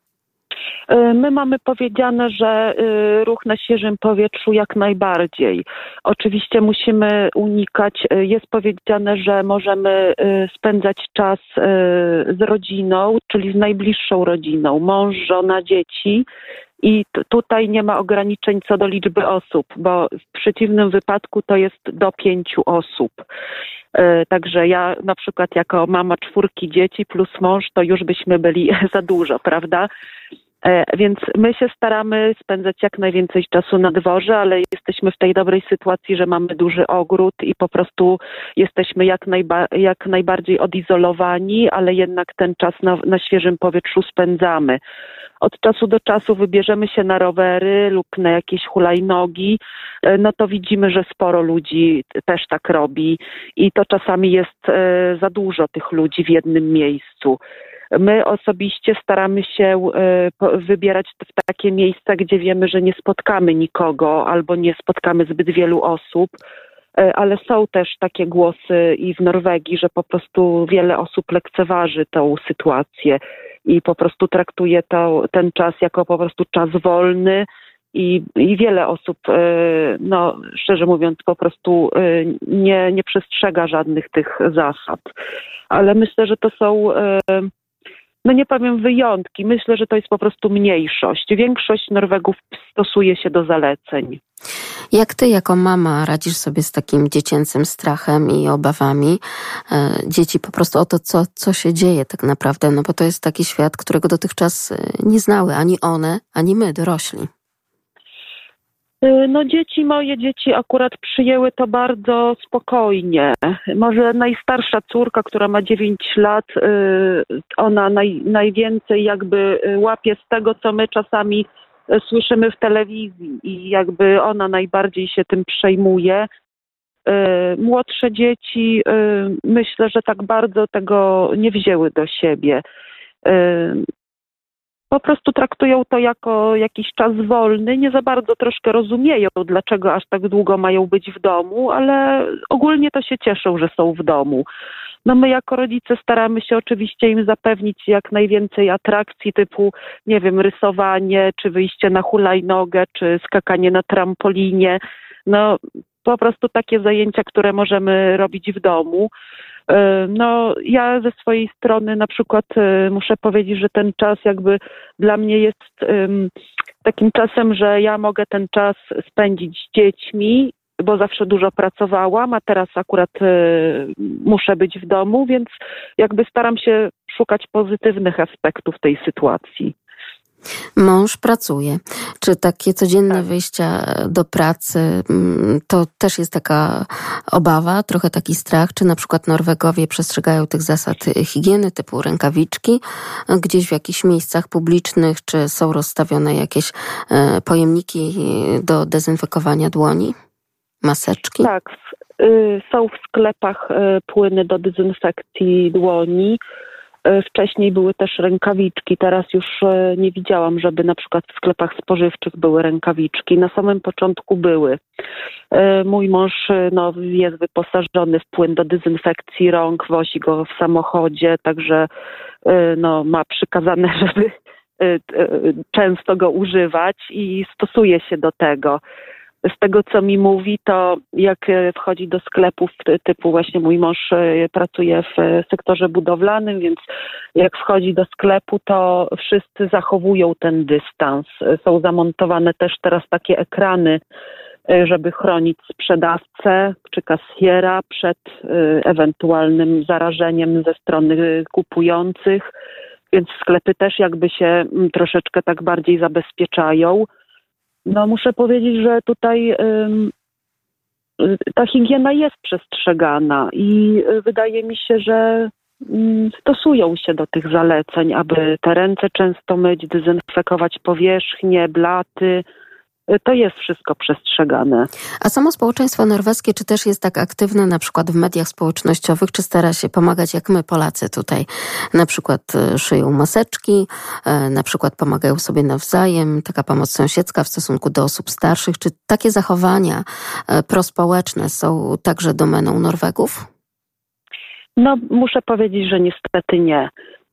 Speaker 4: My mamy powiedziane, że ruch na świeżym powietrzu jak najbardziej. Oczywiście musimy unikać, jest powiedziane, że możemy spędzać czas z rodziną, czyli z najbliższą rodziną, mąż, żona, dzieci. I tutaj nie ma ograniczeń co do liczby osób, bo w przeciwnym wypadku to jest do 5 osób. Także ja na przykład jako mama 4 dzieci plus mąż, to już byśmy byli za dużo, prawda? Więc my się staramy spędzać jak najwięcej czasu na dworze, ale jesteśmy w tej dobrej sytuacji, że mamy duży ogród i po prostu jesteśmy jak najbardziej odizolowani, ale jednak ten czas na świeżym powietrzu spędzamy. Od czasu do czasu wybierzemy się na rowery lub na jakieś hulajnogi, no to widzimy, że sporo ludzi też tak robi i to czasami jest za dużo tych ludzi w jednym miejscu. My osobiście staramy się wybierać w takie miejsca, gdzie wiemy, że nie spotkamy nikogo albo nie spotkamy zbyt wielu osób, ale są też takie głosy i w Norwegii, że po prostu wiele osób lekceważy tą sytuację i po prostu traktuje ten czas jako po prostu czas wolny i wiele osób, no szczerze mówiąc, po prostu nie przestrzega żadnych tych zasad. Ale myślę, że to są... No nie powiem wyjątki, myślę, że to jest po prostu mniejszość. Większość Norwegów stosuje się do zaleceń.
Speaker 2: Jak ty jako mama radzisz sobie z takim dziecięcym strachem i obawami dzieci po prostu o to, co się dzieje tak naprawdę? No bo to jest taki świat, którego dotychczas nie znały ani one, ani my, dorośli.
Speaker 4: No moje dzieci akurat przyjęły to bardzo spokojnie. Może najstarsza córka, która ma 9 lat, ona najwięcej jakby łapie z tego, co my czasami słyszymy w telewizji i jakby ona najbardziej się tym przejmuje. Młodsze dzieci myślę, że tak bardzo tego nie wzięły do siebie. Po prostu traktują to jako jakiś czas wolny, nie za bardzo troszkę rozumieją, dlaczego aż tak długo mają być w domu, ale ogólnie to się cieszą, że są w domu. No my jako rodzice staramy się oczywiście im zapewnić jak najwięcej atrakcji typu, nie wiem, rysowanie, czy wyjście na hulajnogę, czy skakanie na trampolinie. No po prostu takie zajęcia, które możemy robić w domu. No ja ze swojej strony na przykład muszę powiedzieć, że ten czas jakby dla mnie jest takim czasem, że ja mogę ten czas spędzić z dziećmi, bo zawsze dużo pracowałam, a teraz akurat muszę być w domu, więc jakby staram się szukać pozytywnych aspektów tej sytuacji.
Speaker 2: Mąż pracuje. Czy takie codzienne wyjścia do pracy to też jest taka obawa, trochę taki strach? Czy na przykład Norwegowie przestrzegają tych zasad higieny typu rękawiczki gdzieś w jakichś miejscach publicznych? Czy są rozstawione jakieś pojemniki do dezynfekowania dłoni? Maseczki?
Speaker 4: Tak, są w sklepach płyny do dezynfekcji dłoni. Wcześniej były też rękawiczki, teraz już nie widziałam, żeby na przykład w sklepach spożywczych były rękawiczki. Na samym początku były. Mój mąż jest wyposażony w płyn do dezynfekcji rąk, wozi go w samochodzie, także ma przykazane, żeby często go używać i stosuje się do tego. Z tego, co mi mówi, to jak wchodzi do sklepów typu właśnie mój mąż pracuje w sektorze budowlanym, więc jak wchodzi do sklepu, to wszyscy zachowują ten dystans. Są zamontowane też teraz takie ekrany, żeby chronić sprzedawcę czy kasjera przed ewentualnym zarażeniem ze strony kupujących, więc sklepy też jakby się troszeczkę tak bardziej zabezpieczają. No muszę powiedzieć, że tutaj ta higiena jest przestrzegana i wydaje mi się, że stosują się do tych zaleceń, aby te ręce często myć, dezynfekować powierzchnie, blaty. To jest wszystko przestrzegane.
Speaker 2: A samo społeczeństwo norweskie, czy też jest tak aktywne na przykład w mediach społecznościowych, czy stara się pomagać jak my Polacy tutaj? Na przykład szyją maseczki, na przykład pomagają sobie nawzajem, taka pomoc sąsiedzka w stosunku do osób starszych. Czy takie zachowania prospołeczne są także domeną Norwegów?
Speaker 4: No muszę powiedzieć, że niestety nie.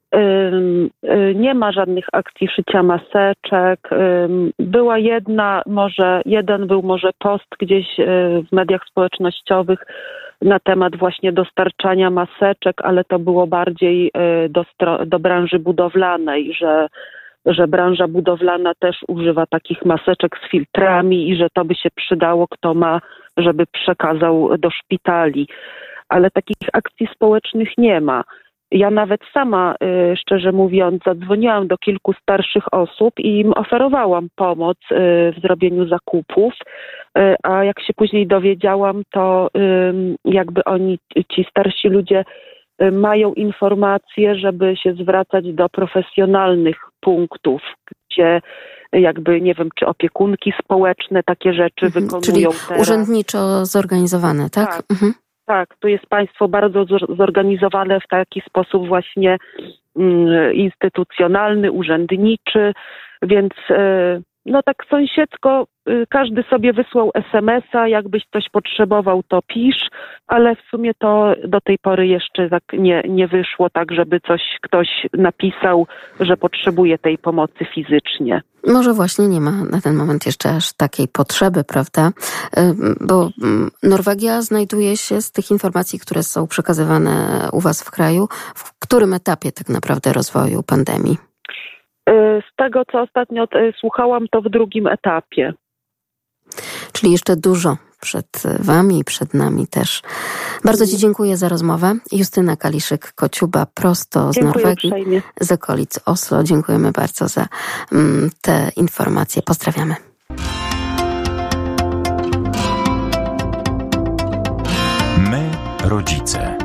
Speaker 4: Nie ma żadnych akcji szycia maseczek. Była jeden był może post gdzieś w mediach społecznościowych na temat właśnie dostarczania maseczek, ale to było bardziej do branży budowlanej, że branża budowlana też używa takich maseczek z filtrami i że to by się przydało, kto ma, żeby przekazał do szpitali. Ale takich akcji społecznych nie ma. Ja nawet sama, szczerze mówiąc, zadzwoniłam do kilku starszych osób i im oferowałam pomoc w zrobieniu zakupów, a jak się później dowiedziałam, to jakby ci starsi ludzie mają informacje, żeby się zwracać do profesjonalnych punktów, gdzie jakby, nie wiem, czy opiekunki społeczne takie rzeczy wykonują
Speaker 2: czyli
Speaker 4: teraz.
Speaker 2: Urzędniczo zorganizowane, tak?
Speaker 4: Tak. Tak, tu jest państwo bardzo zorganizowane w taki sposób właśnie instytucjonalny, urzędniczy, więc no tak sąsiedzko każdy sobie wysłał SMS-a, jakbyś coś potrzebował, to pisz, ale w sumie to do tej pory jeszcze tak nie wyszło tak, żeby ktoś napisał, że potrzebuje tej pomocy fizycznie.
Speaker 2: Może właśnie nie ma na ten moment jeszcze aż takiej potrzeby, prawda? Bo Norwegia znajduje się z tych informacji, które są przekazywane u was w kraju, w którym etapie tak naprawdę rozwoju pandemii?
Speaker 4: Z tego, co ostatnio słuchałam, to w drugim etapie.
Speaker 2: Czyli jeszcze dużo przed wami i przed nami też. Bardzo ci dziękuję za rozmowę. Justyna Kaliszyk-Kociuba prosto z Norwegii,
Speaker 4: uprzejmie.
Speaker 2: z okolic Oslo. Dziękujemy bardzo za te informacje. Pozdrawiamy.
Speaker 5: My, rodzice.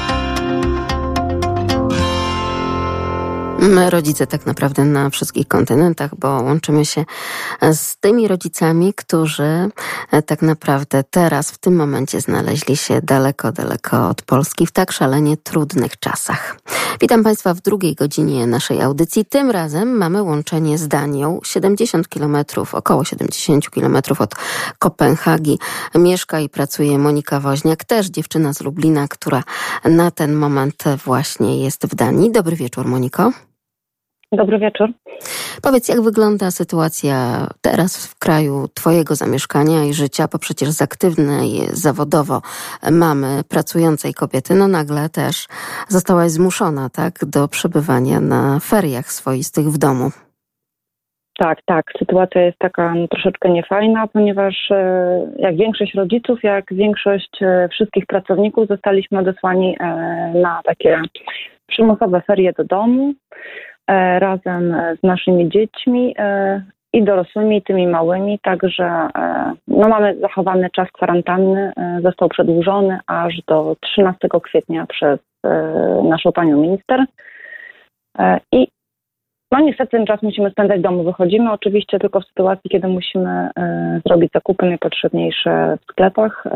Speaker 2: My, rodzice, tak naprawdę na wszystkich kontynentach, bo łączymy się z tymi rodzicami, którzy tak naprawdę teraz, w tym momencie znaleźli się daleko, daleko od Polski w tak szalenie trudnych czasach. Witam Państwa w drugiej godzinie naszej audycji. Tym razem mamy łączenie z Danią. 70 kilometrów, około 70 kilometrów od Kopenhagi mieszka i pracuje Monika Woźniak, też dziewczyna z Lublina, która na ten moment właśnie jest w Danii. Dobry wieczór, Moniko.
Speaker 6: Dobry wieczór.
Speaker 2: Powiedz, jak wygląda sytuacja teraz w kraju twojego zamieszkania i życia, bo przecież z aktywnej zawodowo mamy pracującej kobiety, no nagle też zostałaś zmuszona, tak, do przebywania na feriach swoistych w domu.
Speaker 6: Tak. Sytuacja jest taka troszeczkę niefajna, ponieważ jak większość rodziców, jak większość wszystkich pracowników zostaliśmy odesłani na takie przymusowe ferie do domu razem z naszymi dziećmi i dorosłymi, i tymi małymi, także mamy zachowany czas kwarantanny, został przedłużony aż do 13 kwietnia przez naszą panią minister i niestety ten czas musimy spędzać w domu. Wychodzimy oczywiście tylko w sytuacji, kiedy musimy zrobić zakupy najpotrzebniejsze w sklepach.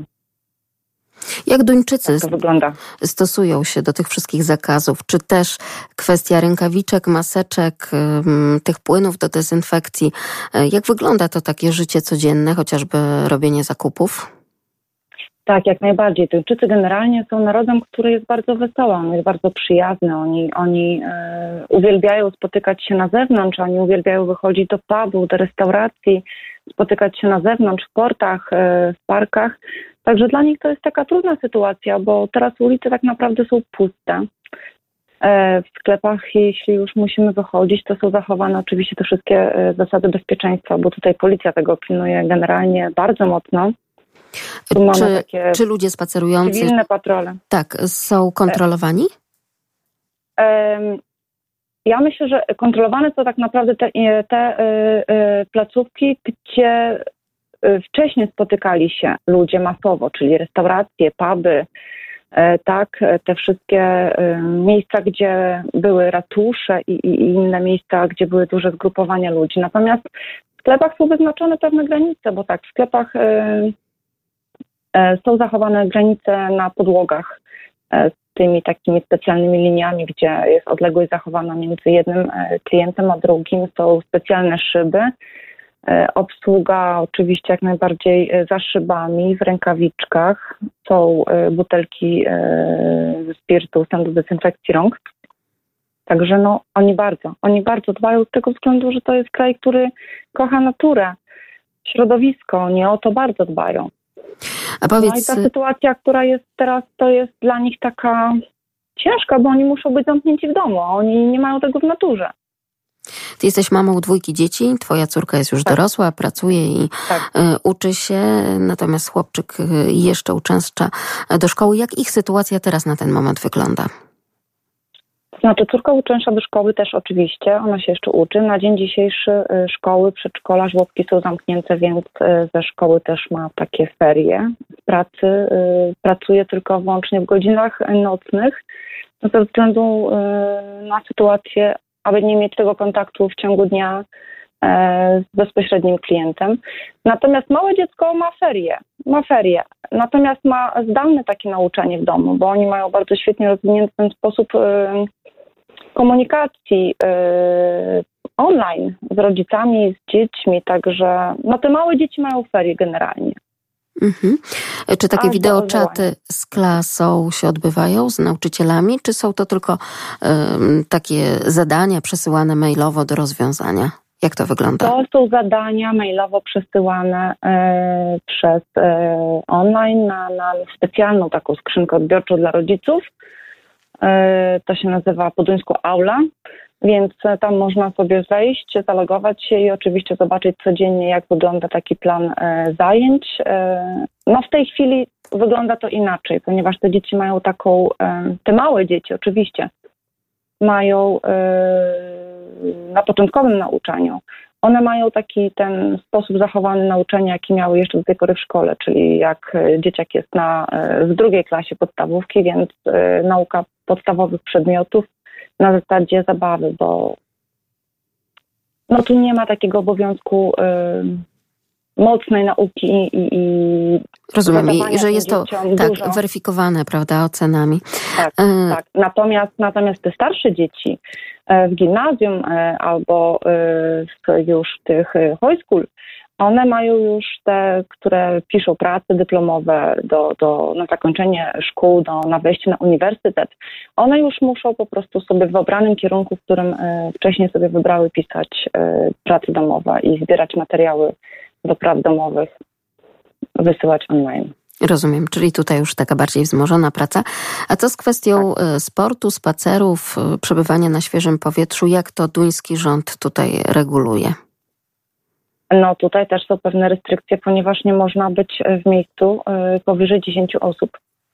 Speaker 2: Jak Duńczycy
Speaker 6: tak to wygląda.
Speaker 2: Stosują się do tych wszystkich zakazów? Czy też kwestia rękawiczek, maseczek, tych płynów do dezynfekcji? Jak wygląda to takie życie codzienne, chociażby robienie zakupów?
Speaker 6: Tak, jak najbardziej. Duńczycy generalnie są narodem, który jest bardzo wesoły, on jest bardzo przyjazny. Oni uwielbiają spotykać się na zewnątrz, oni uwielbiają wychodzić do pubu, do restauracji, spotykać się na zewnątrz, w portach, w parkach. Także dla nich to jest taka trudna sytuacja, bo teraz ulice tak naprawdę są puste. W sklepach, jeśli już musimy wychodzić, to są zachowane oczywiście te wszystkie zasady bezpieczeństwa, bo tutaj policja tego pilnuje generalnie bardzo mocno.
Speaker 2: Czy ludzie spacerujący,
Speaker 6: cywilne patrole,
Speaker 2: tak, są kontrolowani?
Speaker 6: Ja myślę, że kontrolowane są tak naprawdę te placówki, gdzie wcześniej spotykali się ludzie masowo, czyli restauracje, puby, tak, te wszystkie miejsca, gdzie były ratusze i inne miejsca, gdzie były duże zgrupowania ludzi. Natomiast w sklepach są wyznaczone pewne granice, bo tak, w sklepach są zachowane granice na podłogach z tymi takimi specjalnymi liniami, gdzie jest odległość zachowana między jednym klientem a drugim. Są specjalne szyby. Obsługa oczywiście jak najbardziej za szybami, w rękawiczkach. Są butelki ze spirytusem do dezynfekcji rąk. Także no, oni bardzo dbają z tego względu, że to jest kraj, który kocha naturę, środowisko, oni o to bardzo dbają.
Speaker 2: A powiedz...
Speaker 6: No i ta sytuacja, która jest teraz, to jest dla nich taka ciężka, bo oni muszą być zamknięci w domu, a oni nie mają tego w naturze.
Speaker 2: Ty jesteś mamą 2 dzieci, twoja córka jest już dorosła, pracuje i uczy się, natomiast chłopczyk jeszcze uczęszcza do szkoły. Jak ich sytuacja teraz na ten moment wygląda?
Speaker 6: Znaczy córka uczęszcza do szkoły też oczywiście, ona się jeszcze uczy. Na dzień dzisiejszy szkoły, przedszkola, żłobki są zamknięte, więc ze szkoły też ma takie ferie. Z pracy pracuje tylko wyłącznie w godzinach nocnych, ze względu na sytuację, aby nie mieć tego kontaktu w ciągu dnia z bezpośrednim klientem. Natomiast małe dziecko ma ferie. Natomiast ma zdalne takie nauczanie w domu, bo oni mają bardzo świetnie rozwinięty ten sposób komunikacji online z rodzicami, z dziećmi, także no te małe dzieci mają ferie generalnie.
Speaker 2: Mhm. Czy takie wideoczaty z klasą się odbywają z nauczycielami, czy są to tylko takie zadania przesyłane mailowo do rozwiązania? Jak to wygląda? To
Speaker 6: są zadania mailowo przesyłane przez online na specjalną taką skrzynkę odbiorczą dla rodziców. To się nazywa po duńsku Aula, więc tam można sobie wejść, zalogować się i oczywiście zobaczyć codziennie, jak wygląda taki plan zajęć. No w tej chwili wygląda to inaczej, ponieważ te dzieci mają taką, te małe dzieci oczywiście mają na początkowym nauczaniu, one mają taki ten sposób zachowany nauczania, jaki miały jeszcze do tej pory w szkole, czyli jak dzieciak jest w 2 klasie podstawówki, więc nauka podstawowych przedmiotów na zasadzie zabawy, bo no tu nie ma takiego obowiązku mocnej nauki i
Speaker 2: rozumiem, i że jest to tak weryfikowane, prawda, ocenami.
Speaker 6: Tak. Natomiast te starsze dzieci w gimnazjum albo już w tych high school, one mają już te, które piszą prace dyplomowe na zakończenie szkół, na wejście na uniwersytet. One już muszą po prostu sobie w obranym kierunku, w którym wcześniej sobie wybrały, pisać prace domowe i zbierać materiały do prac domowych, wysyłać online.
Speaker 2: Rozumiem, czyli tutaj już taka bardziej wzmożona praca. A co z kwestią sportu, spacerów, przebywania na świeżym powietrzu? Jak to duński rząd tutaj reguluje?
Speaker 6: No tutaj też są pewne restrykcje, ponieważ nie można być w miejscu powyżej 10 osób.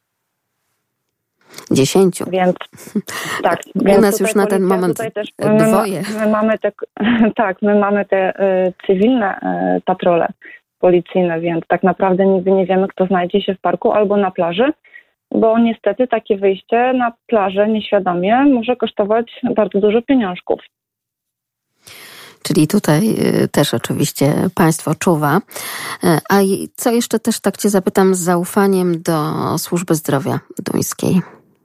Speaker 2: 10?
Speaker 6: Więc tak.
Speaker 2: U nas już na ten moment też, 2.
Speaker 6: My mamy te cywilne patrole policyjne, więc tak naprawdę nigdy nie wiemy, kto znajdzie się w parku albo na plaży, bo niestety takie wyjście na plażę nieświadomie może kosztować bardzo dużo pieniążków.
Speaker 2: Czyli tutaj też oczywiście państwo czuwa. A co jeszcze też tak cię zapytam z zaufaniem do służby zdrowia duńskiej?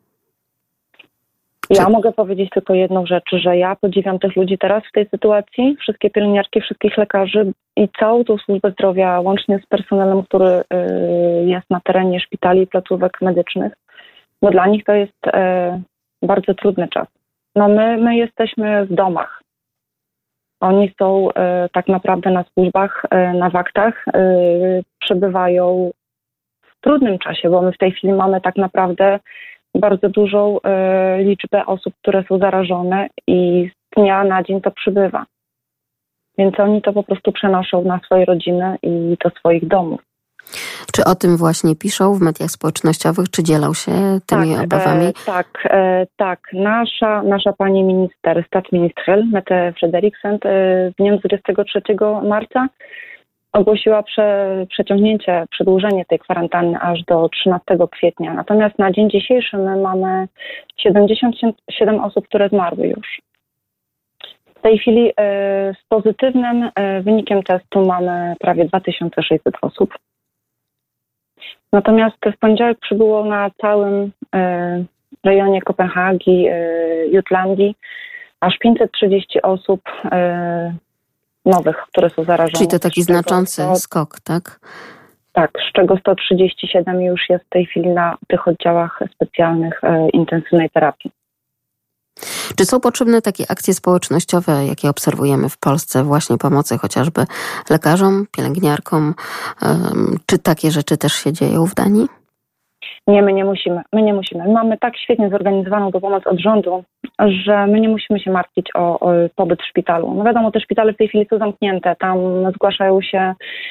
Speaker 6: Ja mogę powiedzieć tylko jedną rzecz, że ja podziwiam tych ludzi teraz w tej sytuacji, wszystkie pielęgniarki, wszystkich lekarzy i całą tą służbę zdrowia, łącznie z personelem, który jest na terenie szpitali i placówek medycznych, bo dla nich to jest bardzo trudny czas. No my jesteśmy w domach. Oni są tak naprawdę na służbach, na waktach, przebywają w trudnym czasie, bo my w tej chwili mamy tak naprawdę bardzo dużą liczbę osób, które są zarażone i z dnia na dzień to przybywa. Więc oni to po prostu przenoszą na swoje rodziny i do swoich domów.
Speaker 2: Czy o tym właśnie piszą w mediach społecznościowych, czy dzielą się tymi obawami?
Speaker 6: Tak. Nasza pani minister, statsminister Mette Frederiksen w dniu 23 marca ogłosiła przedłużenie tej kwarantanny aż do 13 kwietnia. Natomiast na dzień dzisiejszy my mamy 77 osób, które zmarły już. W tej chwili z pozytywnym wynikiem testu mamy prawie 2600 osób. Natomiast w poniedziałek przybyło na całym rejonie Kopenhagi, Jutlandii aż 530 osób nowych, które są zarażone.
Speaker 2: Czyli to taki znaczący skok, tak?
Speaker 6: Tak, z czego 137 już jest w tej chwili na tych oddziałach specjalnych intensywnej terapii.
Speaker 2: Czy są potrzebne takie akcje społecznościowe, jakie obserwujemy w Polsce, właśnie pomocy chociażby lekarzom, pielęgniarkom? Czy takie rzeczy też się dzieją w Danii?
Speaker 6: Nie, my nie musimy. Mamy tak świetnie zorganizowaną tą pomoc od rządu, że my nie musimy się martwić o pobyt w szpitalu. No wiadomo, te szpitale w tej chwili są zamknięte. Tam zgłaszają się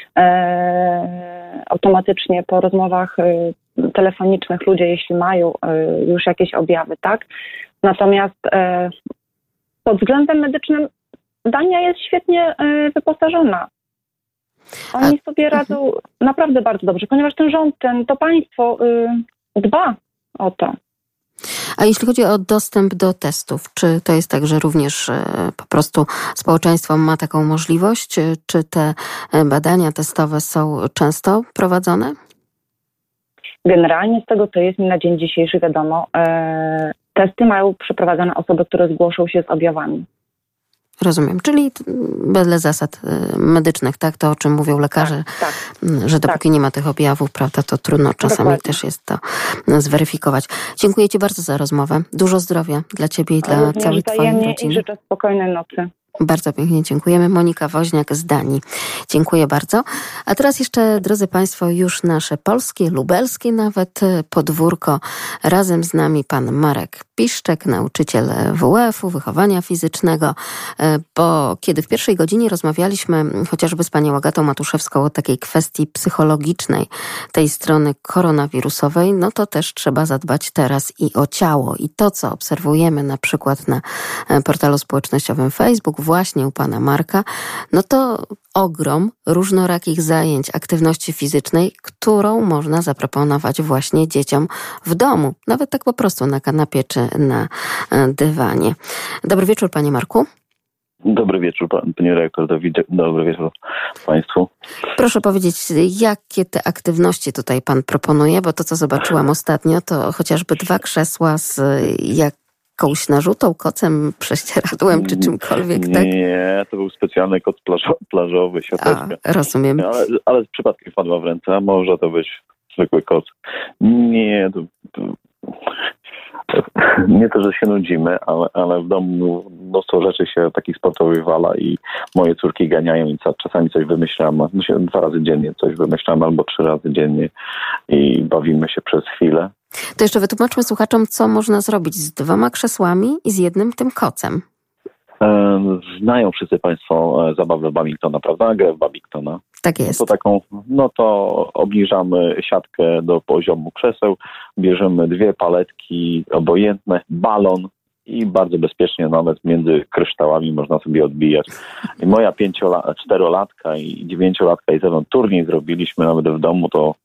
Speaker 6: automatycznie po rozmowach telefonicznych ludzie, jeśli mają już jakieś objawy, tak? Natomiast pod względem medycznym Dania jest świetnie wyposażona. Oni sobie radzą naprawdę bardzo dobrze, ponieważ ten rząd, to państwo dba o to.
Speaker 2: A jeśli chodzi o dostęp do testów, czy to jest tak, że również po prostu społeczeństwo ma taką możliwość? Czy te badania testowe są często prowadzone?
Speaker 6: Generalnie z tego, co jest mi na dzień dzisiejszy wiadomo, testy mają przeprowadzane osoby, które zgłoszą się z objawami.
Speaker 2: Rozumiem, czyli wedle zasad medycznych, tak? To, o czym mówią lekarze, że dopóki nie ma tych objawów, prawda, to trudno czasami też jest to zweryfikować. Dziękuję Ci bardzo za rozmowę. Dużo zdrowia dla Ciebie i dla całej Twojej rodziny.
Speaker 6: I życzę spokojnej nocy.
Speaker 2: Bardzo pięknie dziękujemy. Monika Woźniak z Danii. Dziękuję bardzo. A teraz jeszcze, drodzy Państwo, już nasze polskie, lubelskie nawet podwórko. Razem z nami pan Marek Piszczek, nauczyciel WF-u, wychowania fizycznego, bo kiedy w pierwszej godzinie rozmawialiśmy chociażby z panią Agatą Matuszewską o takiej kwestii psychologicznej tej strony koronawirusowej, no to też trzeba zadbać teraz i o ciało. I to, co obserwujemy na przykład na portalu społecznościowym Facebook, właśnie u pana Marka, no to ogrom różnorakich zajęć, aktywności fizycznej, którą można zaproponować właśnie dzieciom w domu. Nawet tak po prostu na kanapie czy na dywanie. Dobry wieczór, panie Marku.
Speaker 7: Dobry wieczór, panie rektor. Dobry wieczór państwu.
Speaker 2: Proszę powiedzieć, jakie te aktywności tutaj pan proponuje, bo to, co zobaczyłam ostatnio, to chociażby 2 krzesła z jakąś narzutą, kocem, prześcieradłem czy czymkolwiek, tak?
Speaker 7: Nie, to był specjalny koc plażowy, siateczka.
Speaker 2: Rozumiem.
Speaker 7: Ale przypadkiem wpadła w ręce, a może to być zwykły koc. Nie, nie to, że się nudzimy, ale w domu mnóstwo rzeczy się takich sportowych wala i moje córki ganiają i czasami coś wymyślam. 2 razy dziennie coś wymyślam albo 3 razy dziennie i bawimy się przez chwilę.
Speaker 2: To jeszcze wytłumaczmy słuchaczom, co można zrobić z 2 krzesłami i z jednym tym kocem.
Speaker 7: Znają wszyscy państwo zabawę Babingtona, prawda? Grę w Babingtona.
Speaker 2: Tak jest.
Speaker 7: To obniżamy siatkę do poziomu krzeseł, bierzemy 2 paletki obojętne, balon i bardzo bezpiecznie nawet między kryształami można sobie odbijać. I moja 4-latka i 9-latka i ze mną turniej zrobiliśmy nawet w domu, to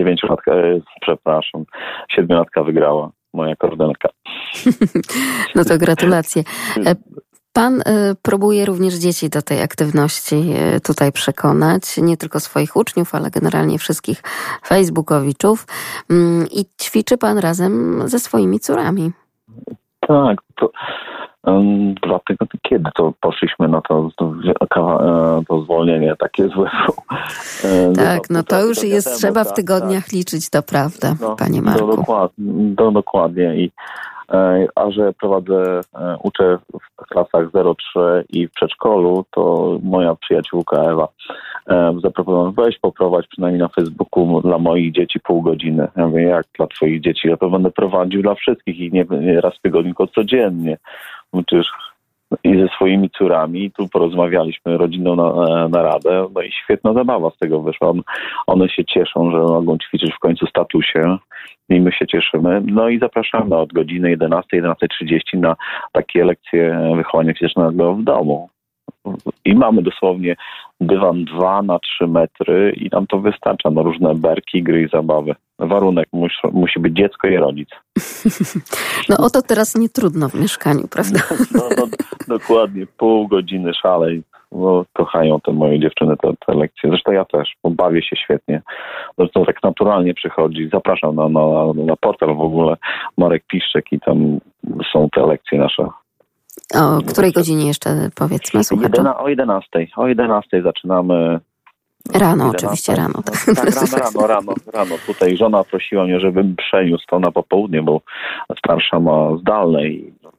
Speaker 7: 7-latka wygrała, moja kordelka.
Speaker 2: No to gratulacje. Pan próbuje również dzieci do tej aktywności tutaj przekonać, nie tylko swoich uczniów, ale generalnie wszystkich facebookowiczów i ćwiczy pan razem ze swoimi córami.
Speaker 7: Tak, to 2 tygodnie, kiedy to poszliśmy na to zwolnienie takie złe.
Speaker 2: Tak, no to już jest, trzeba w tygodniach liczyć, to prawda, panie Marku.
Speaker 7: Dokładnie. A że uczę w klasach 0-3 i w przedszkolu, to moja przyjaciółka Ewa zaproponowała, weź poprowadź przynajmniej na Facebooku dla moich dzieci pół godziny. Ja mówię, jak dla twoich dzieci? Ja to będę prowadził dla wszystkich i nie raz w tygodniu, tylko codziennie. Przecież i ze swoimi córami. Tu porozmawialiśmy rodzinną na radę, no i świetna zabawa z tego wyszła. One się cieszą, że mogą ćwiczyć w końcu statusie i my się cieszymy. No i zapraszamy od godziny 11, 11:30 na takie lekcje wychowania fizycznego w domu. I mamy dosłownie dywan 2x3 metry i nam to wystarcza na różne berki, gry i zabawy. Warunek musi być dziecko i rodzic.
Speaker 2: No o to teraz nie trudno w mieszkaniu, prawda?
Speaker 7: No, dokładnie, pół godziny szalej. No, kochają te moje dziewczyny te lekcje. Zresztą ja też, bo bawię się świetnie. To tak naturalnie przychodzi. Zapraszam na portal w ogóle Marek Piszczek i tam są te lekcje nasze.
Speaker 2: O której godzinie jeszcze powiedzmy słuchaczom?
Speaker 7: O 11 zaczynamy.
Speaker 2: Rano, oczywiście rano.
Speaker 7: Tak, rano. Tutaj żona prosiła mnie, żebym przeniósł to na popołudnie, bo starsza ma zdalne i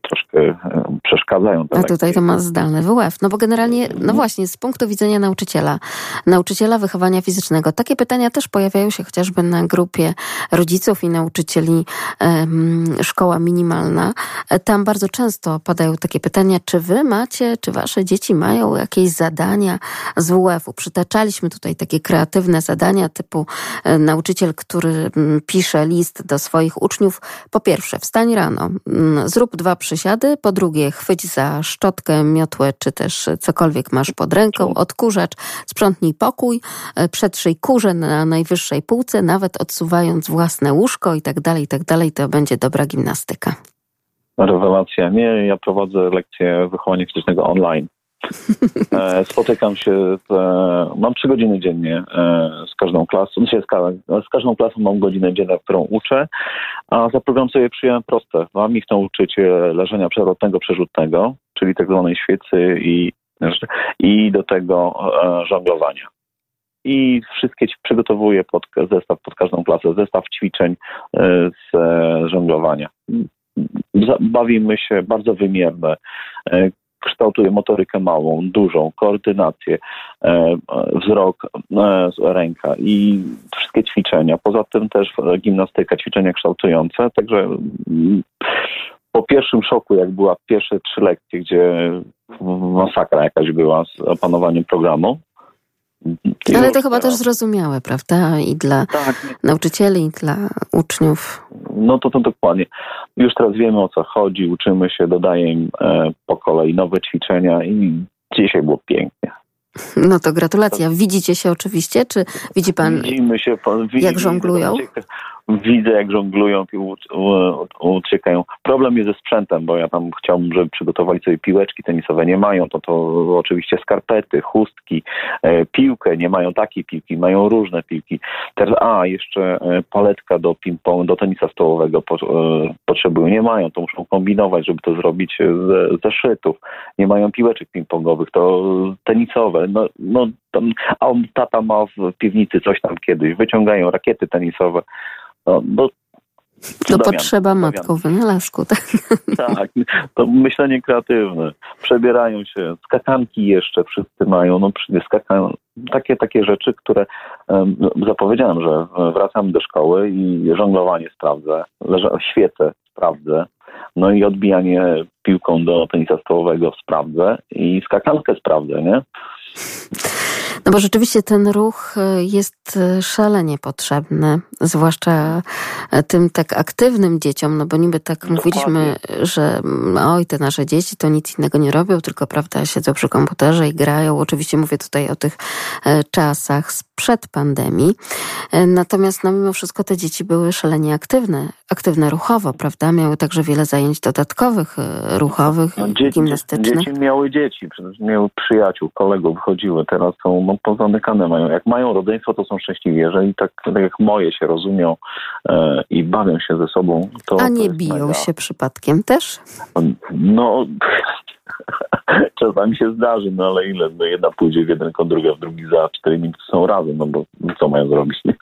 Speaker 7: troszkę przeszkadzają.
Speaker 2: A tutaj to ma zdalny WF. No bo generalnie, no właśnie, z punktu widzenia nauczyciela wychowania fizycznego, takie pytania też pojawiają się chociażby na grupie rodziców i nauczycieli szkoła minimalna. Tam bardzo często padają takie pytania, czy wy macie, czy wasze dzieci mają jakieś zadania z WF-u? Przytaczaliśmy tutaj takie kreatywne zadania typu nauczyciel, który pisze list do swoich uczniów. Po pierwsze, wstań rano, zrób 2 przysiady, po drugie, chwyć za szczotkę, miotłę, czy też cokolwiek masz pod ręką, odkurzacz, sprzątnij pokój, przetrzyj kurze na najwyższej półce, nawet odsuwając własne łóżko i tak dalej, to będzie dobra gimnastyka.
Speaker 7: Rewelacja. Nie, ja prowadzę lekcje wychowania fizycznego online. Spotykam się, mam 3 godziny dziennie z każdą klasą. Z każdą klasą mam godzinę dziennie, którą uczę, a za program sobie przyjąłem proste. Mam ich nauczyć leżenia przewrotnego, przerzutnego, czyli tak zwanej świecy i do tego żonglowania. I wszystkie przygotowuję zestaw pod każdą klasę, zestaw ćwiczeń z żonglowania. Bawimy się, bardzo wymierne. Kształtuje motorykę małą, dużą, koordynację, wzrok, ręka i wszystkie ćwiczenia. Poza tym też gimnastyka, ćwiczenia kształtujące. Także po pierwszym szoku, jak była pierwsze 3 lekcje, gdzie masakra jakaś była z opanowaniem programu.
Speaker 2: Ale to chyba też zrozumiałe, prawda? I dla nauczycieli, i dla uczniów.
Speaker 7: No to dokładnie. Już teraz wiemy, o co chodzi, uczymy się, dodaję im po kolei nowe ćwiczenia i dzisiaj było pięknie.
Speaker 2: No to gratulacja. Widzicie się oczywiście? Czy widzi pan, jak żonglują?
Speaker 7: Widzę, jak żonglują i uciekają. Problem jest ze sprzętem, bo ja tam chciałbym, żeby przygotowali sobie piłeczki tenisowe. Nie mają to oczywiście skarpety, chustki, piłkę. Nie mają takiej piłki, mają różne piłki. Teraz, jeszcze paletka do ping-pongu, do tenisa stołowego potrzebują. Nie mają, to muszą kombinować, żeby to zrobić ze szytów. Nie mają piłeczek ping-pongowych, to tenisowe. A tata ma w piwnicy coś tam kiedyś. Wyciągają rakiety tenisowe.
Speaker 2: To potrzeba matką wynalazku, tak?
Speaker 7: Tak, to myślenie kreatywne. Przebierają się, skakanki jeszcze wszyscy mają, takie rzeczy, które zapowiedziałem, że wracam do szkoły i żonglowanie sprawdzę, świecę sprawdzę, no i odbijanie piłką do tenisa stołowego sprawdzę i skakankę sprawdzę, nie?
Speaker 2: No bo rzeczywiście ten ruch jest szalenie potrzebny, zwłaszcza tym tak aktywnym dzieciom, no bo niby tak mówiliśmy, że te nasze dzieci to nic innego nie robią, tylko prawda, siedzą przy komputerze i grają. Oczywiście mówię tutaj o tych czasach sprzed pandemii. Natomiast mimo wszystko te dzieci były szalenie aktywne ruchowo, prawda? Miały także wiele zajęć dodatkowych, ruchowych, gimnastycznych.
Speaker 7: Dzieci miały przecież miały przyjaciół, kolegów, wychodziły, teraz są pozamykane mają. Jak mają rodzeństwo, to są szczęśliwi. Jeżeli tak jak moje się rozumią i bawią się ze sobą, to...
Speaker 2: A nie biją się przypadkiem też?
Speaker 7: No... Czasami się zdarzy, ale ile? Jedna pójdzie w jeden kąt, druga w drugi, za 4 minuty są razem, bo co mają zrobić? Nie?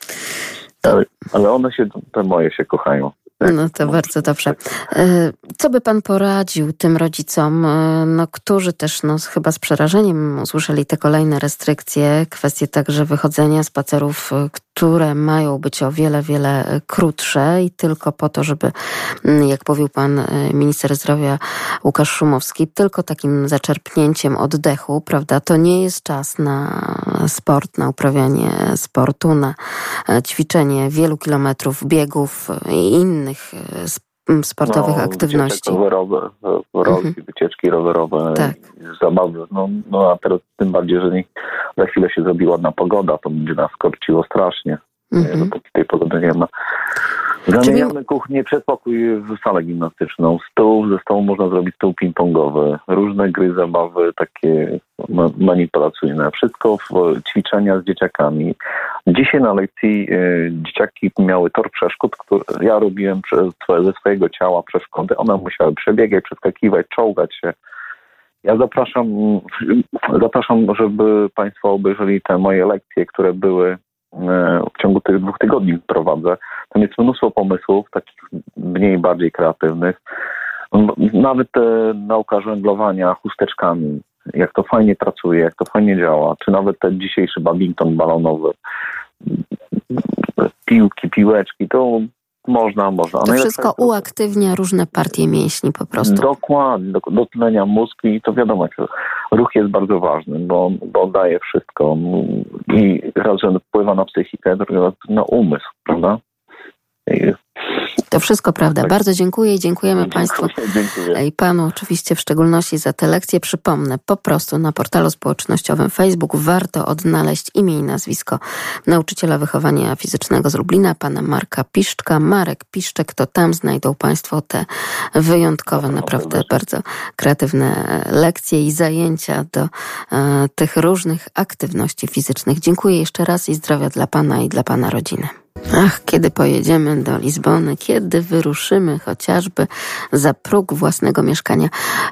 Speaker 7: Ale one te moje się kochają.
Speaker 2: No to bardzo dobrze. Co by pan poradził tym rodzicom, którzy też chyba z przerażeniem usłyszeli te kolejne restrykcje, kwestie także wychodzenia, spacerów, które mają być o wiele, wiele krótsze i tylko po to, żeby, jak mówił pan minister zdrowia Łukasz Szumowski, tylko takim zaczerpnięciem oddechu, prawda? To nie jest czas na sport, na uprawianie sportu, na ćwiczenie wielu kilometrów biegów i innych sportowych aktywności. Wycieczki rowerowe, zabawy. A teraz tym bardziej, że za chwilę się zrobi ładna pogoda, to będzie nas korciło strasznie. Dopóki tej pogody nie ma. Zamieniamy kuchnię, przedpokój w salę gimnastyczną. Ze stołu można zrobić stół ping-pongowy. Różne gry, zabawy, takie manipulacyjne. Wszystko w ćwiczenia z dzieciakami. Dzisiaj na lekcji dzieciaki miały tor przeszkód, który ja robiłem ze swojego ciała przeszkody. One musiały przebiegać, przeskakiwać, czołgać się. Ja zapraszam, żeby Państwo obejrzeli te moje lekcje, które były w ciągu tych 2 tygodni prowadzę. Tam jest mnóstwo pomysłów, takich mniej, bardziej kreatywnych.
Speaker 7: Nawet nauka żonglowania chusteczkami, jak to fajnie pracuje, jak to fajnie działa, czy nawet ten dzisiejszy badminton balonowy, piłki, piłeczki, to można.
Speaker 2: To wszystko uaktywnia różne partie mięśni po prostu.
Speaker 7: Dokładnie, dotlenia mózg i to wiadomo, że ruch jest bardzo ważny, bo daje wszystko i raz, że wpływa na psychikę, drugi raz na umysł, prawda?
Speaker 2: To wszystko prawda.
Speaker 7: Tak.
Speaker 2: Bardzo dziękuję i dziękujemy Państwu
Speaker 7: Dziękuję.
Speaker 2: i Panu oczywiście w szczególności za te lekcje. Przypomnę, po prostu na portalu społecznościowym Facebook warto odnaleźć imię i nazwisko nauczyciela wychowania fizycznego z Lublina, pana Marka Piszczka. Marek Piszczek, to tam znajdą Państwo te wyjątkowe, naprawdę bardzo kreatywne lekcje i zajęcia do tych różnych aktywności fizycznych. Dziękuję jeszcze raz i zdrowia dla Pana i dla Pana rodziny. Ach, kiedy pojedziemy do Lizbony, kiedy wyruszymy chociażby za próg własnego mieszkania.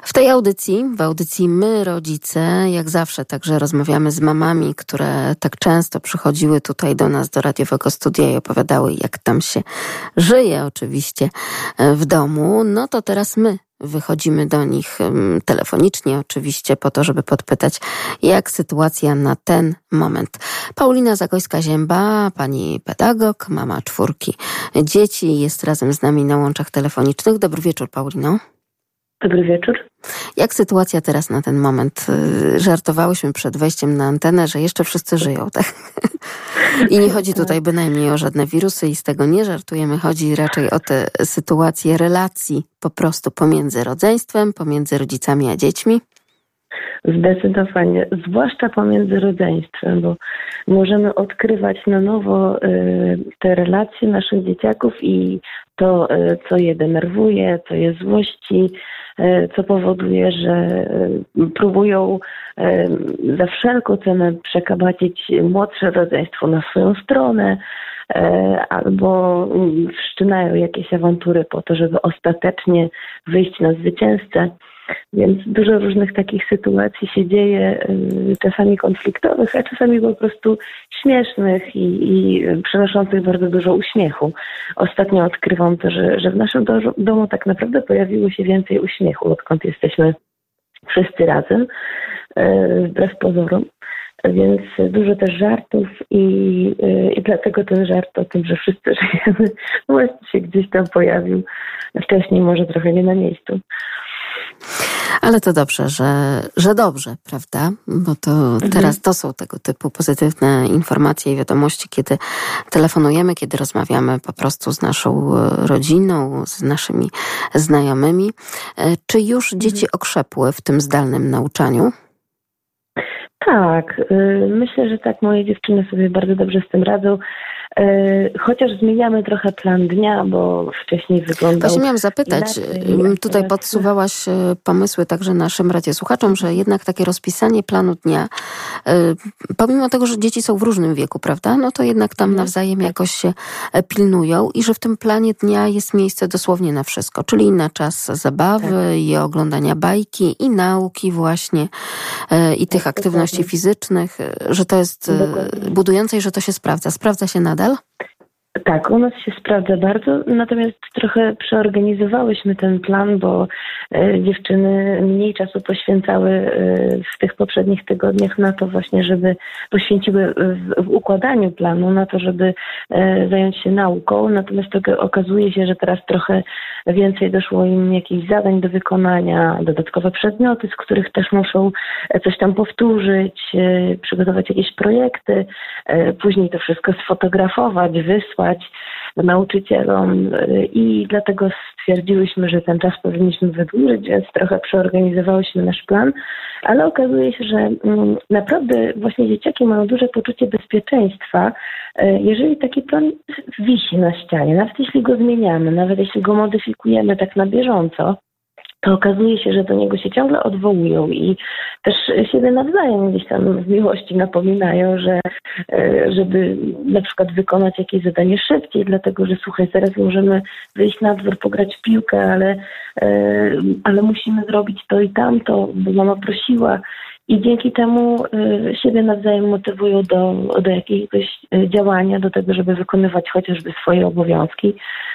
Speaker 2: W audycji My, Rodzice, jak zawsze także rozmawiamy z mamami, które tak często przychodziły tutaj do nas, do radiowego studia i opowiadały, jak tam się żyje oczywiście w domu. No to teraz my wychodzimy do nich telefonicznie oczywiście po to, żeby podpytać, jak sytuacja na ten moment. Paulina Zagojska-Zięba, pani pedagog, mama 4 dzieci, jest razem z nami na łączach telefonicznych. Dobry wieczór, Paulino.
Speaker 3: Dobry wieczór.
Speaker 2: Jak sytuacja teraz na ten moment? Żartowałyśmy przed wejściem na antenę, że jeszcze wszyscy żyją, tak? I nie chodzi tutaj bynajmniej o żadne wirusy i z tego nie żartujemy. Chodzi raczej o tę sytuację relacji po prostu pomiędzy rodzeństwem, pomiędzy rodzicami a dziećmi.
Speaker 3: Zdecydowanie, zwłaszcza pomiędzy rodzeństwem, bo możemy odkrywać na nowo te relacje naszych dzieciaków i to, co je denerwuje, co je złości, co powoduje, że próbują za wszelką cenę przekabacić młodsze rodzeństwo na swoją stronę, albo wszczynają jakieś awantury po to, żeby ostatecznie wyjść na zwycięzcę. Więc dużo różnych takich sytuacji się dzieje, czasami konfliktowych, a czasami po prostu śmiesznych i przynoszących bardzo dużo uśmiechu. Ostatnio odkrywam to, że w naszym domu tak naprawdę pojawiło się więcej uśmiechu, odkąd jesteśmy wszyscy razem, wbrew pozorom. Więc dużo też żartów i dlatego ten żart o tym, że wszyscy żyjemy, właśnie się gdzieś tam pojawił. Wcześniej może trochę nie na miejscu.
Speaker 2: Ale to dobrze, że dobrze, prawda? Bo to teraz to są tego typu pozytywne informacje i wiadomości, kiedy telefonujemy, kiedy rozmawiamy po prostu z naszą rodziną, z naszymi znajomymi. Czy już dzieci okrzepły w tym zdalnym nauczaniu?
Speaker 3: Tak, myślę, że tak, moje dziewczyny sobie bardzo dobrze z tym radzą. Chociaż zmieniamy trochę plan dnia, bo wcześniej wyglądał...
Speaker 2: Właśnie miałam zapytać, tutaj
Speaker 3: teraz...
Speaker 2: podsuwałaś pomysły także naszym radiosłuchaczom, że jednak takie rozpisanie planu dnia, pomimo tego, że dzieci są w różnym wieku, prawda, no to jednak tam nawzajem jakoś się pilnują i że w tym planie dnia jest miejsce dosłownie na wszystko, czyli na czas zabawy i oglądania bajki i nauki właśnie i tych aktywności fizycznych, że to jest budujące i że to się sprawdza. Sprawdza się nadal?
Speaker 3: Tak, u nas się sprawdza bardzo, natomiast trochę przeorganizowałyśmy ten plan, bo dziewczyny mniej czasu poświęcały w tych poprzednich tygodniach na to właśnie, żeby poświęciły w układaniu planu na to, żeby zająć się nauką, natomiast to okazuje się, że teraz trochę więcej doszło im jakichś zadań do wykonania, dodatkowe przedmioty, z których też muszą coś tam powtórzyć, przygotować jakieś projekty, później to wszystko sfotografować, wysłać nauczycielom i dlatego stwierdziłyśmy, że ten czas powinniśmy wydłużyć, więc trochę przeorganizowałyśmy nasz plan, ale okazuje się, że naprawdę właśnie dzieciaki mają duże poczucie bezpieczeństwa, jeżeli taki plan wisi na ścianie, nawet jeśli go zmieniamy, nawet jeśli go modyfikujemy tak na bieżąco, to okazuje się, że do niego się ciągle odwołują i też siebie nawzajem gdzieś tam w miłości napominają, że żeby na przykład wykonać jakieś zadanie szybciej, dlatego że słuchaj, zaraz możemy wyjść na dwór, pograć w piłkę, ale musimy zrobić to i tamto, bo mama prosiła. I dzięki temu siebie nawzajem motywują do jakiegoś działania, do tego, żeby wykonywać chociażby swoje obowiązki.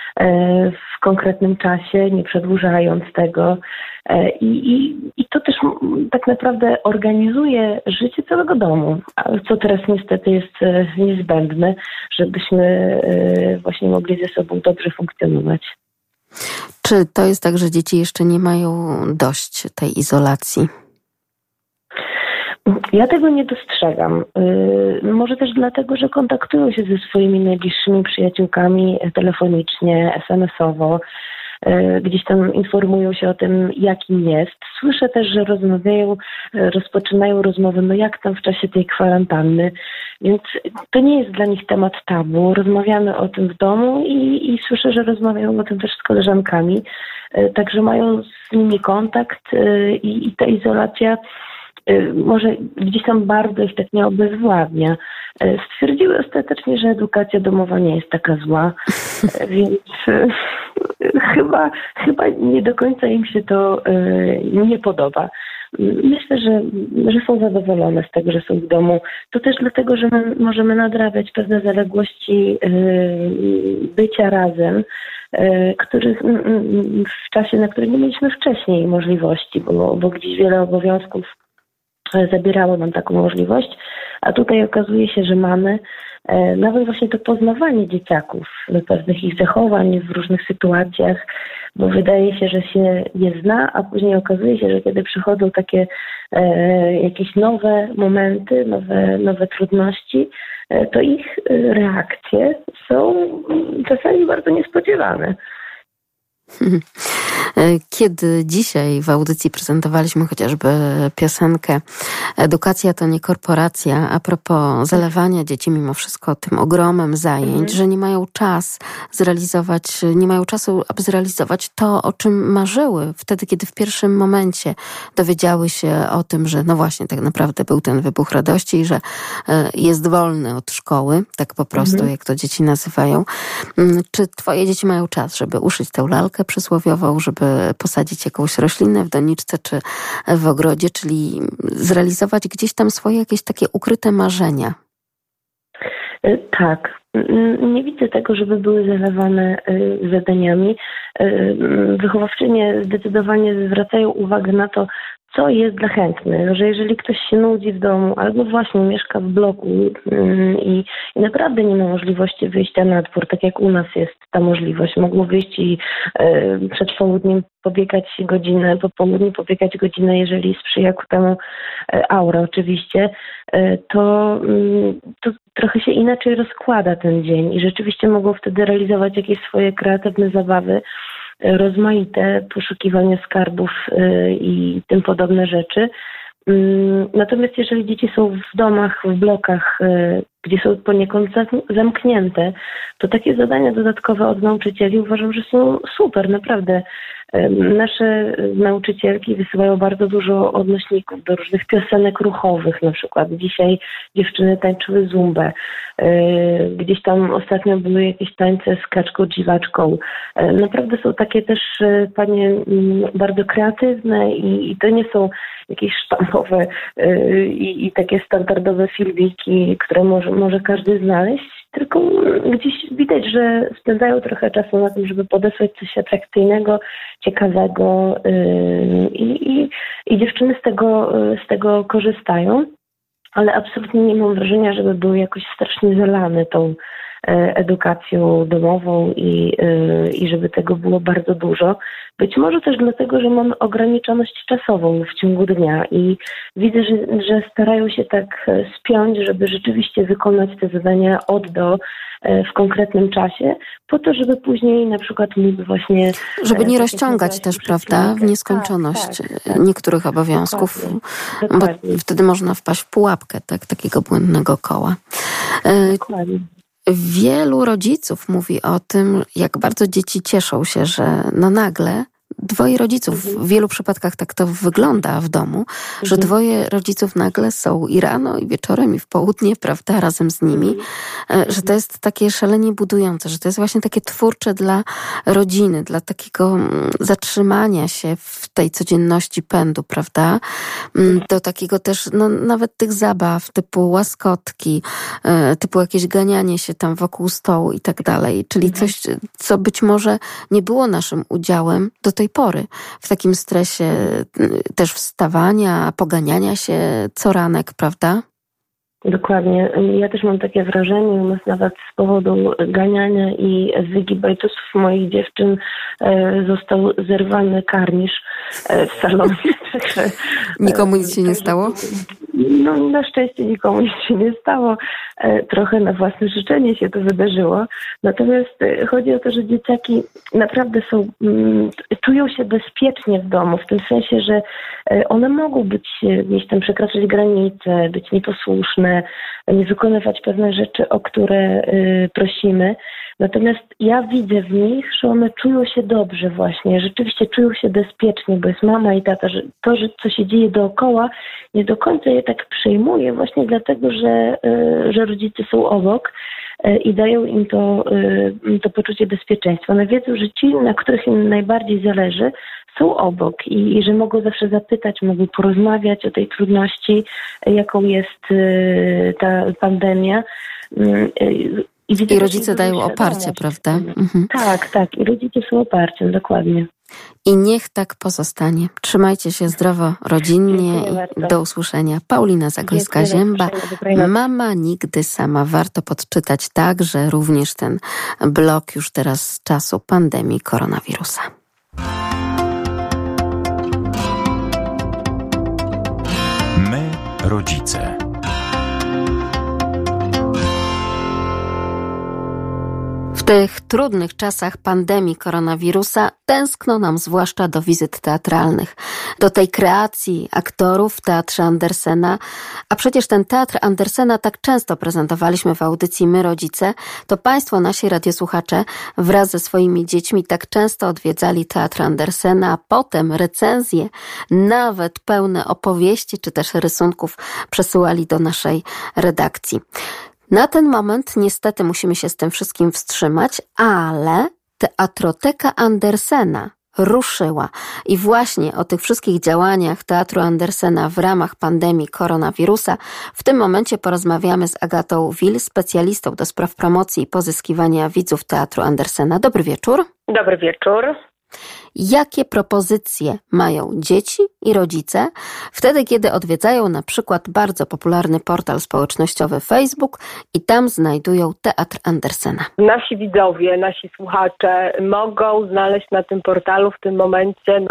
Speaker 3: w konkretnym czasie, nie przedłużając tego. I to też tak naprawdę organizuje życie całego domu, co teraz niestety jest niezbędne, żebyśmy właśnie mogli ze sobą dobrze funkcjonować.
Speaker 2: Czy to jest tak, że dzieci jeszcze nie mają dość tej izolacji?
Speaker 3: Ja tego nie dostrzegam. Może też dlatego, że kontaktują się ze swoimi najbliższymi przyjaciółkami telefonicznie, SMS-owo. Gdzieś tam informują się o tym, jakim jest. Słyszę też, że rozpoczynają rozmowy, no jak tam w czasie tej kwarantanny. Więc to nie jest dla nich temat tabu. Rozmawiamy o tym w domu i słyszę, że rozmawiają o tym też z koleżankami. Także mają z nimi kontakt i ta izolacja może gdzieś tam bardzo ich tak nie obezwładnia. Stwierdziły ostatecznie, że edukacja domowa nie jest taka zła, więc chyba nie do końca im się to nie podoba. Myślę, że są zadowolone z tego, że są w domu. To też dlatego, że my możemy nadrabiać pewne zaległości bycia razem, których w czasie, na który nie mieliśmy wcześniej możliwości, bo gdzieś wiele obowiązków zabierało nam taką możliwość, a tutaj okazuje się, że mamy nawet właśnie to poznawanie dzieciaków, pewnych ich zachowań w różnych sytuacjach, bo wydaje się, że się je zna, a później okazuje się, że kiedy przychodzą takie jakieś nowe momenty, nowe trudności, to ich reakcje są czasami bardzo niespodziewane.
Speaker 2: Kiedy dzisiaj w audycji prezentowaliśmy chociażby piosenkę Edukacja to nie korporacja, a propos zalewania dzieci mimo wszystko tym ogromem zajęć, że nie mają czasu, aby zrealizować to, o czym marzyły wtedy, kiedy w pierwszym momencie dowiedziały się o tym, że no właśnie tak naprawdę był ten wybuch radości i że jest wolny od szkoły, tak po prostu, jak to dzieci nazywają. Czy twoje dzieci mają czas, żeby uszyć tę lalkę przysłowiową, żeby posadzić jakąś roślinę w doniczce czy w ogrodzie, czyli zrealizować gdzieś tam swoje jakieś takie ukryte marzenia?
Speaker 3: Tak. Nie widzę tego, żeby były zalewane zadaniami. Wychowawczynie zdecydowanie zwracają uwagę na to, co jest dla chętnych, że jeżeli ktoś się nudzi w domu albo właśnie mieszka w bloku i naprawdę nie ma możliwości wyjścia na dwór, tak jak u nas jest ta możliwość, mogło wyjść i przed południem pobiegać godzinę, po południu pobiegać godzinę, jeżeli sprzyja ku temu aura oczywiście, to trochę się inaczej rozkłada ten dzień i rzeczywiście mogą wtedy realizować jakieś swoje kreatywne zabawy, rozmaite poszukiwania skarbów i tym podobne rzeczy. Natomiast jeżeli dzieci są w domach, w blokach, gdzie są poniekąd zamknięte, to takie zadania dodatkowe od nauczycieli uważam, że są super, naprawdę. Nasze nauczycielki wysyłają bardzo dużo odnośników do różnych piosenek ruchowych, na przykład dzisiaj dziewczyny tańczyły zumbę, gdzieś tam ostatnio były jakieś tańce z kaczką dziwaczką. Naprawdę są takie też panie bardzo kreatywne i to nie są jakieś sztampowe i takie standardowe filmiki, które może każdy znaleźć, tylko gdzieś widać, że spędzają trochę czasu na tym, żeby podesłać coś atrakcyjnego, ciekawego i dziewczyny z tego korzystają, ale absolutnie nie mam wrażenia, żeby były jakoś strasznie zalane tą edukacją domową i żeby tego było bardzo dużo. Być może też dlatego, że mamy ograniczoność czasową w ciągu dnia i widzę, że starają się tak spiąć, żeby rzeczywiście wykonać te zadania od do w konkretnym czasie, po to, żeby później na przykład móc właśnie...
Speaker 2: Żeby nie rozciągać też, prawda, w nieskończoność niektórych obowiązków, bo wtedy można wpaść w pułapkę takiego błędnego koła.
Speaker 3: Dokładnie.
Speaker 2: Wielu rodziców mówi o tym, jak bardzo dzieci cieszą się, że no nagle dwoje rodziców. W wielu przypadkach tak to wygląda w domu, że dwoje rodziców nagle są i rano, i wieczorem, i w południe, prawda, razem z nimi, że to jest takie szalenie budujące, że to jest właśnie takie twórcze dla rodziny, dla takiego zatrzymania się w tej codzienności pędu, prawda, do takiego też, no nawet tych zabaw, typu łaskotki, typu jakieś ganianie się tam wokół stołu i tak dalej, czyli coś, co być może nie było naszym udziałem do tej pory, w takim stresie też wstawania, poganiania się co ranek, prawda?
Speaker 3: Dokładnie. Ja też mam takie wrażenie, u nas nawet z powodu ganiania i wygibajtusów moich dziewczyn został zerwany karnisz w salonie.
Speaker 2: Nikomu nic się nie stało?
Speaker 3: No na szczęście nikomu nic się nie stało. Trochę na własne życzenie się to wydarzyło. Natomiast chodzi o to, że dzieciaki naprawdę czują się bezpiecznie w domu, w tym sensie, że one mogą gdzieś tam przekraczać granice, być nieposłuszne, nie wykonywać pewne rzeczy, o które prosimy. Natomiast ja widzę w nich, że one czują się dobrze właśnie, rzeczywiście czują się bezpiecznie, bo jest mama i tata, że to, co się dzieje dookoła, nie do końca je tak przejmuje właśnie dlatego, że rodzice są obok i dają im to poczucie bezpieczeństwa. One wiedzą, że ci, na których im najbardziej zależy, są obok i że mogą zawsze zapytać, mogą porozmawiać o tej trudności, jaką jest ta pandemia.
Speaker 2: I rodzice dają oparcie, prawda?
Speaker 3: Mhm. Tak. I rodzice są oparciem, dokładnie.
Speaker 2: I niech tak pozostanie. Trzymajcie się zdrowo, rodzinnie i do usłyszenia. Paulina Zagojska-Zięba. Mama nigdy sama. Warto podczytać także również ten blog już teraz z czasu pandemii koronawirusa.
Speaker 5: My, rodzice.
Speaker 2: W tych trudnych czasach pandemii koronawirusa tęskno nam zwłaszcza do wizyt teatralnych, do tej kreacji aktorów w Teatrze Andersena. A przecież ten Teatr Andersena tak często prezentowaliśmy w audycji My, rodzice, to Państwo, nasi radiosłuchacze, wraz ze swoimi dziećmi tak często odwiedzali Teatr Andersena, a potem recenzje, nawet pełne opowieści czy też rysunków przesyłali do naszej redakcji. Na ten moment niestety musimy się z tym wszystkim wstrzymać, ale Teatroteka Andersena ruszyła. I właśnie o tych wszystkich działaniach Teatru Andersena w ramach pandemii koronawirusa w tym momencie porozmawiamy z Agatą Wil, specjalistą do spraw promocji i pozyskiwania widzów Teatru Andersena. Dobry wieczór.
Speaker 8: Dobry wieczór.
Speaker 2: Jakie propozycje mają dzieci i rodzice wtedy, kiedy odwiedzają na przykład bardzo popularny portal społecznościowy Facebook i tam znajdują Teatr Andersena?
Speaker 8: Nasi widzowie, nasi słuchacze mogą znaleźć na tym portalu w tym momencie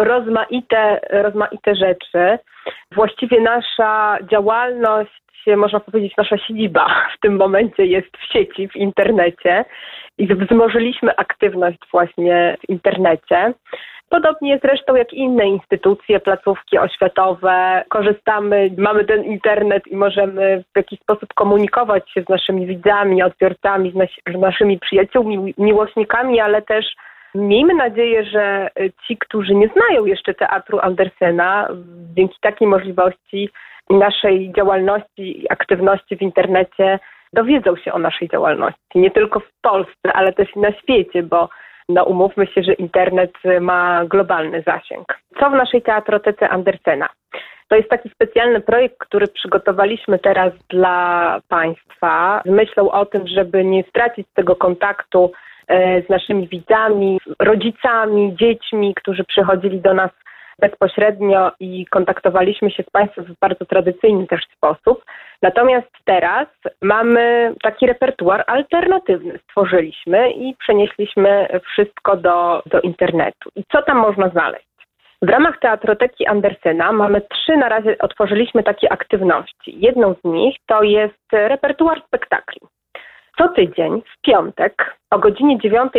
Speaker 8: rozmaite rzeczy. Właściwie nasza działalność, można powiedzieć, nasza siedziba w tym momencie jest w sieci, w internecie i wzmożyliśmy aktywność właśnie w internecie. Podobnie zresztą jak inne instytucje, placówki oświatowe. Korzystamy, mamy ten internet i możemy w jakiś sposób komunikować się z naszymi widzami, odbiorcami, z naszymi przyjaciółmi, miłośnikami, ale też miejmy nadzieję, że ci, którzy nie znają jeszcze Teatru Andersena, dzięki takiej możliwości naszej działalności i aktywności w internecie dowiedzą się o naszej działalności. Nie tylko w Polsce, ale też i na świecie, bo umówmy się, że internet ma globalny zasięg. Co w naszej Teatrotece Andersena? To jest taki specjalny projekt, który przygotowaliśmy teraz dla Państwa z myślą o tym, żeby nie stracić tego kontaktu z naszymi widzami, rodzicami, dziećmi, którzy przychodzili do nas bezpośrednio i kontaktowaliśmy się z Państwem w bardzo tradycyjny też sposób. Natomiast teraz mamy taki repertuar alternatywny. Stworzyliśmy i przenieśliśmy wszystko do internetu. I co tam można znaleźć? W ramach Teatroteki Andersena mamy 3 na razie, otworzyliśmy takie aktywności. Jedną z nich to jest repertuar spektakli. Co tydzień w piątek o godzinie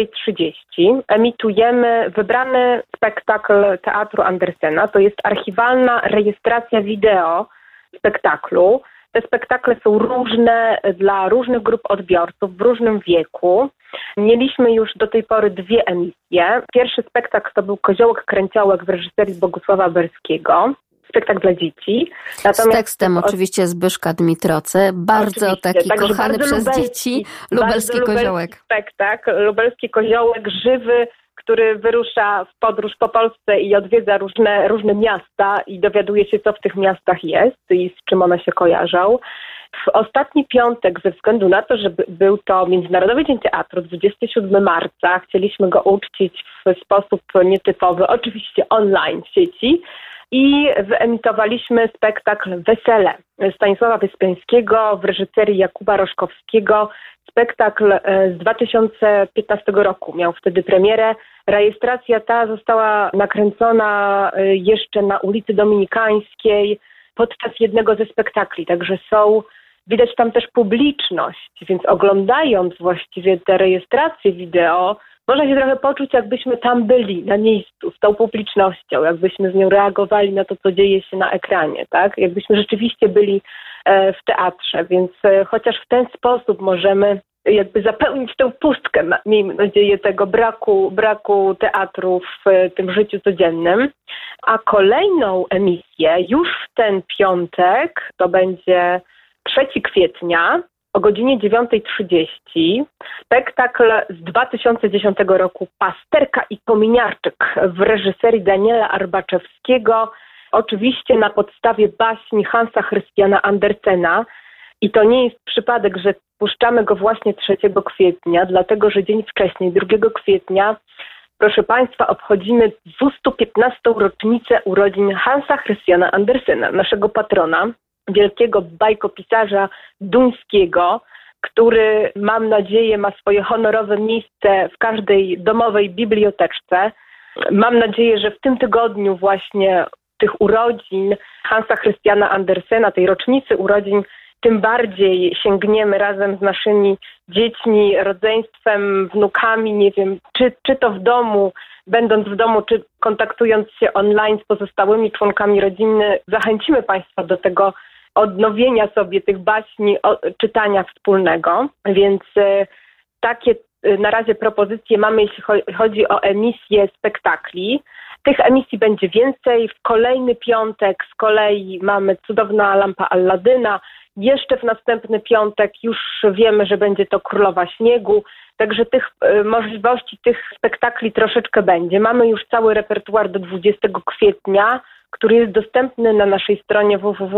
Speaker 8: 9:30 emitujemy wybrany spektakl Teatru Andersena. To jest archiwalna rejestracja wideo spektaklu Te spektakle są różne dla różnych grup odbiorców w różnym wieku. Mieliśmy już do tej pory 2 emisje. Pierwszy spektakl to był Koziołek Kręciołek w reżyserii Bogusława Berskiego. Spektakl dla dzieci.
Speaker 2: Natomiast z tekstem oczywiście Zbyszka Dmitroce. Bardzo taki kochany
Speaker 8: bardzo
Speaker 2: przez dzieci. Lubelski Koziołek.
Speaker 8: Spektakl. Lubelski Koziołek, żywy, który wyrusza w podróż po Polsce i odwiedza różne miasta i dowiaduje się, co w tych miastach jest i z czym one się kojarzą. W ostatni piątek, ze względu na to, że był to Międzynarodowy Dzień Teatru, 27 marca, chcieliśmy go uczcić w sposób nietypowy, oczywiście online w sieci, i wyemitowaliśmy spektakl Wesele Stanisława Wyspiańskiego w reżyserii Jakuba Roszkowskiego. Spektakl z 2015 roku miał wtedy premierę. Rejestracja ta została nakręcona jeszcze na ulicy Dominikańskiej podczas jednego ze spektakli, także widać tam też publiczność, więc oglądając właściwie te rejestracje wideo, można się trochę poczuć, jakbyśmy tam byli, na miejscu, z tą publicznością, jakbyśmy z nią reagowali na to, co dzieje się na ekranie, tak? Jakbyśmy rzeczywiście byli w teatrze, więc chociaż w ten sposób możemy jakby zapełnić tę pustkę, miejmy nadzieję, tego braku teatru w tym życiu codziennym. A kolejną emisję już w ten piątek, to będzie 3 kwietnia, o godzinie 9:30, spektakl z 2010 roku Pasterka i Kominiarczyk w reżyserii Daniela Arbaczewskiego, oczywiście na podstawie baśni Hansa Christiana Andersena. I to nie jest przypadek, że puszczamy go właśnie 3 kwietnia, dlatego że dzień wcześniej, 2 kwietnia, proszę Państwa, obchodzimy 215. rocznicę urodzin Hansa Christiana Andersena, naszego patrona, wielkiego bajkopisarza duńskiego, który, mam nadzieję, ma swoje honorowe miejsce w każdej domowej biblioteczce. Mam nadzieję, że w tym tygodniu właśnie tych urodzin Hansa Christiana Andersena, tej rocznicy urodzin, tym bardziej sięgniemy razem z naszymi dziećmi, rodzeństwem, wnukami, nie wiem, czy to w domu, będąc w domu, czy kontaktując się online z pozostałymi członkami rodziny, zachęcimy Państwa do tego odnowienia sobie tych baśni, czytania wspólnego. Więc takie na razie propozycje mamy, jeśli chodzi o emisję spektakli. Tych emisji będzie więcej. W kolejny piątek z kolei mamy Cudowna lampa Alladyna. Jeszcze w następny piątek już wiemy, że będzie to Królowa Śniegu. Także tych możliwości, tych spektakli troszeczkę będzie. Mamy już cały repertuar do 20 kwietnia, który jest dostępny na naszej stronie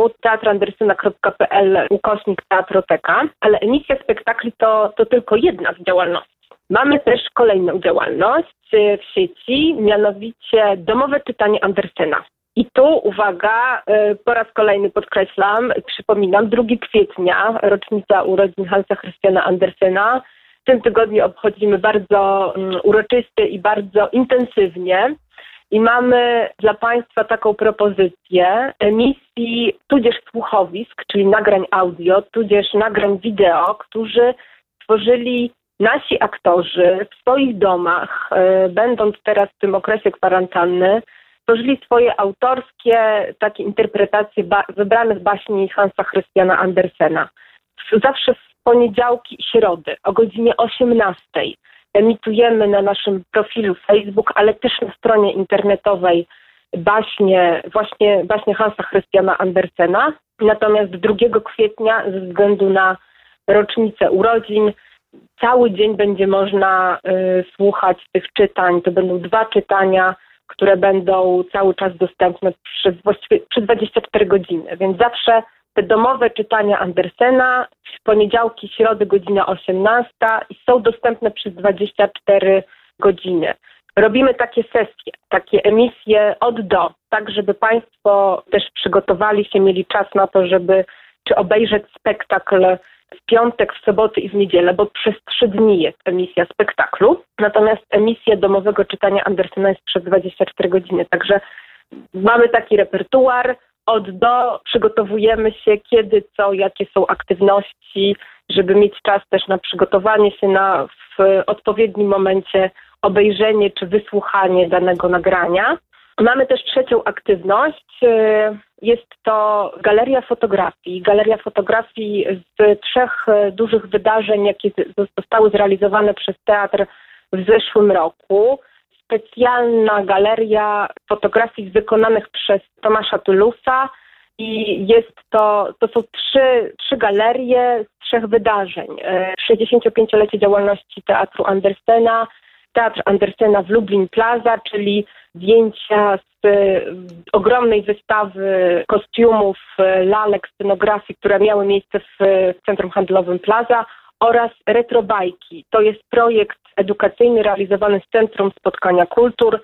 Speaker 8: www.teatrandersena.pl/teatroteka. Ale emisja spektakli to tylko jedna z działalności. Mamy też kolejną działalność w sieci, mianowicie domowe czytanie Andersena. I tu, uwaga, po raz kolejny podkreślam, przypominam, 2 kwietnia, rocznica urodzin Hansa Christiana Andersena. W tym tygodniu obchodzimy bardzo uroczyście i bardzo intensywnie. I mamy dla Państwa taką propozycję emisji, tudzież słuchowisk, czyli nagrań audio, tudzież nagrań wideo, którzy stworzyli nasi aktorzy w swoich domach, będąc teraz w tym okresie kwarantanny, stworzyli swoje autorskie takie interpretacje wybranych baśni Hansa Christiana Andersena. Zawsze w poniedziałki i środy o godzinie 18:00 emitujemy na naszym profilu Facebook, ale też na stronie internetowej baśnie Hansa Christiana Andersena. Natomiast 2 kwietnia ze względu na rocznicę urodzin cały dzień będzie można słuchać tych czytań. To będą 2 czytania, które będą cały czas dostępne przez 24 godziny. Więc zawsze te domowe czytania Andersena w poniedziałki, środy, godzina 18:00 i są dostępne przez 24 godziny. Robimy takie sesje, takie emisje od do, tak żeby Państwo też przygotowali się, mieli czas na to, żeby czy obejrzeć spektakl w piątek, w soboty i w niedzielę, bo przez 3 dni jest emisja spektaklu. Natomiast emisja domowego czytania Andersena jest przez 24 godziny. Także mamy taki repertuar. Od do przygotowujemy się, kiedy, co, jakie są aktywności, żeby mieć czas też na przygotowanie się w odpowiednim momencie obejrzenie czy wysłuchanie danego nagrania. Mamy też 3. aktywność. Jest to galeria fotografii z 3 dużych wydarzeń, jakie zostały zrealizowane przez teatr w zeszłym roku. Specjalna galeria fotografii wykonanych przez Tomasza Tulusa i to są trzy galerie z 3 wydarzeń. 65-lecie działalności Teatru Andersena, Teatr Andersena w Lublin Plaza, czyli zdjęcia z ogromnej wystawy kostiumów, lalek, scenografii, które miały miejsce w Centrum Handlowym Plaza, oraz retrobajki. To jest projekt edukacyjny realizowany z Centrum Spotkania Kultur,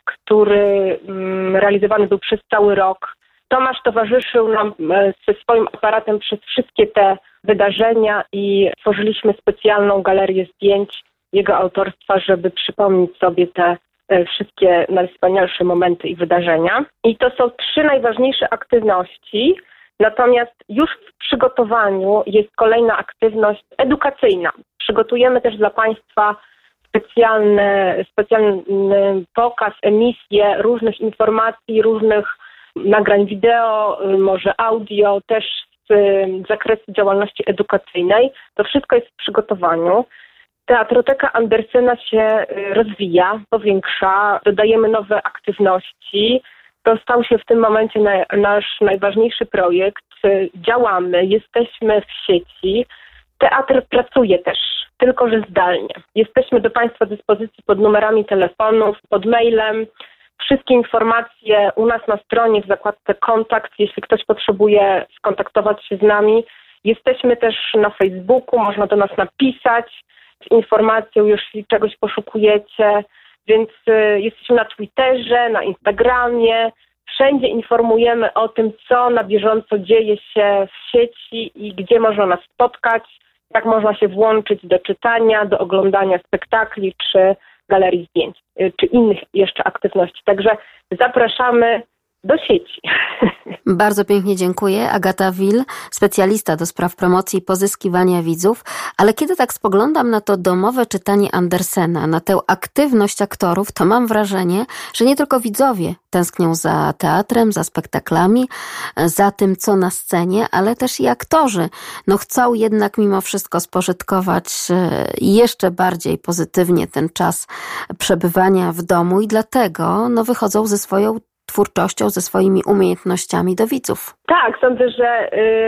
Speaker 8: który realizowany był przez cały rok. Tomasz towarzyszył nam ze swoim aparatem przez wszystkie te wydarzenia i tworzyliśmy specjalną galerię zdjęć jego autorstwa, żeby przypomnieć sobie te wszystkie najwspanialsze momenty i wydarzenia. I to są 3 najważniejsze aktywności, natomiast już w przygotowaniu jest kolejna aktywność edukacyjna. Przygotujemy też dla Państwa specjalny pokaz, emisję różnych informacji, różnych nagrań wideo, może audio, też z zakresu działalności edukacyjnej. To wszystko jest w przygotowaniu. Teatroteka Andersena się rozwija, powiększa, dodajemy nowe aktywności. To stał się w tym momencie nasz najważniejszy projekt. Działamy, jesteśmy w sieci. Teatr pracuje też, tylko że zdalnie. Jesteśmy do Państwa dyspozycji pod numerami telefonów, pod mailem. Wszystkie informacje u nas na stronie w zakładce kontakt, jeśli ktoś potrzebuje skontaktować się z nami. Jesteśmy też na Facebooku, można do nas napisać z informacją, jeśli czegoś poszukujecie, więc jesteśmy na Twitterze, na Instagramie. Wszędzie informujemy o tym, co na bieżąco dzieje się w sieci i gdzie można nas spotkać, jak można się włączyć do czytania, do oglądania spektakli czy galerii zdjęć, czy innych jeszcze aktywności. Także zapraszamy do sieci.
Speaker 2: Bardzo pięknie dziękuję. Agata Wil, specjalista do spraw promocji i pozyskiwania widzów. Ale kiedy tak spoglądam na to domowe czytanie Andersena, na tę aktywność aktorów, to mam wrażenie, że nie tylko widzowie tęsknią za teatrem, za spektaklami, za tym, co na scenie, ale też i aktorzy. Chcą jednak mimo wszystko spożytkować jeszcze bardziej pozytywnie ten czas przebywania w domu i dlatego wychodzą ze swoją twórczością, ze swoimi umiejętnościami do widzów.
Speaker 8: Tak, sądzę, że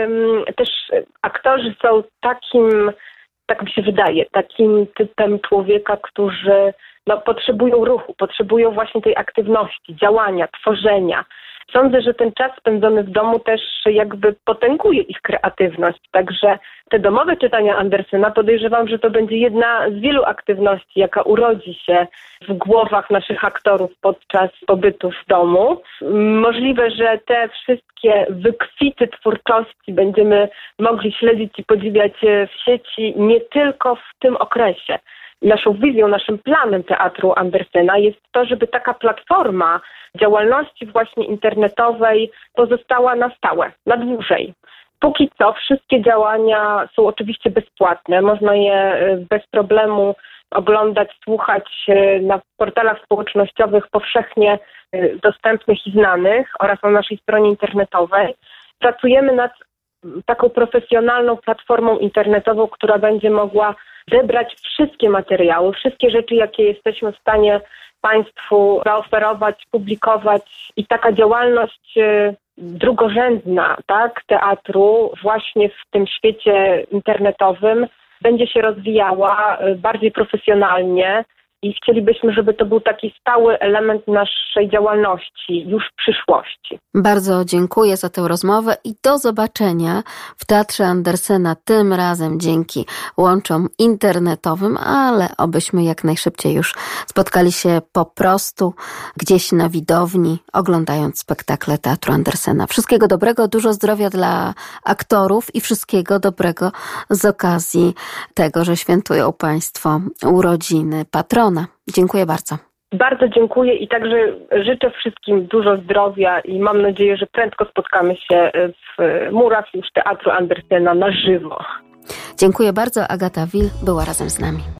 Speaker 8: też aktorzy są takim, tak mi się wydaje, takim typem człowieka, którzy potrzebują ruchu, potrzebują właśnie tej aktywności, działania, tworzenia. Sądzę, że ten czas spędzony w domu też jakby potęguje ich kreatywność. Także te domowe czytania Andersena, podejrzewam, że to będzie jedna z wielu aktywności, jaka urodzi się w głowach naszych aktorów podczas pobytu w domu. Możliwe, że te wszystkie wykwity twórczości będziemy mogli śledzić i podziwiać w sieci nie tylko w tym okresie. Naszą wizją, naszym planem Teatru Andersena jest to, żeby taka platforma działalności właśnie internetowej pozostała na stałe, na dłużej. Póki co wszystkie działania są oczywiście bezpłatne. Można je bez problemu oglądać, słuchać na portalach społecznościowych powszechnie dostępnych i znanych oraz na naszej stronie internetowej. Pracujemy nad taką profesjonalną platformą internetową, która będzie mogła zebrać wszystkie materiały, wszystkie rzeczy, jakie jesteśmy w stanie Państwu zaoferować, publikować i taka działalność drugorzędna, teatru właśnie w tym świecie internetowym będzie się rozwijała bardziej profesjonalnie i chcielibyśmy, żeby to był taki stały element naszej działalności już w przyszłości.
Speaker 2: Bardzo dziękuję za tę rozmowę i do zobaczenia w Teatrze Andersena, tym razem dzięki łączom internetowym, ale obyśmy jak najszybciej już spotkali się po prostu gdzieś na widowni, oglądając spektakle Teatru Andersena. Wszystkiego dobrego, dużo zdrowia dla aktorów i wszystkiego dobrego z okazji tego, że świętują Państwo urodziny patrona. Dziękuję bardzo.
Speaker 8: Bardzo dziękuję i także życzę wszystkim dużo zdrowia i mam nadzieję, że prędko spotkamy się w murach już Teatru Andersena na żywo.
Speaker 2: Dziękuję bardzo. Agata Wil była razem z nami.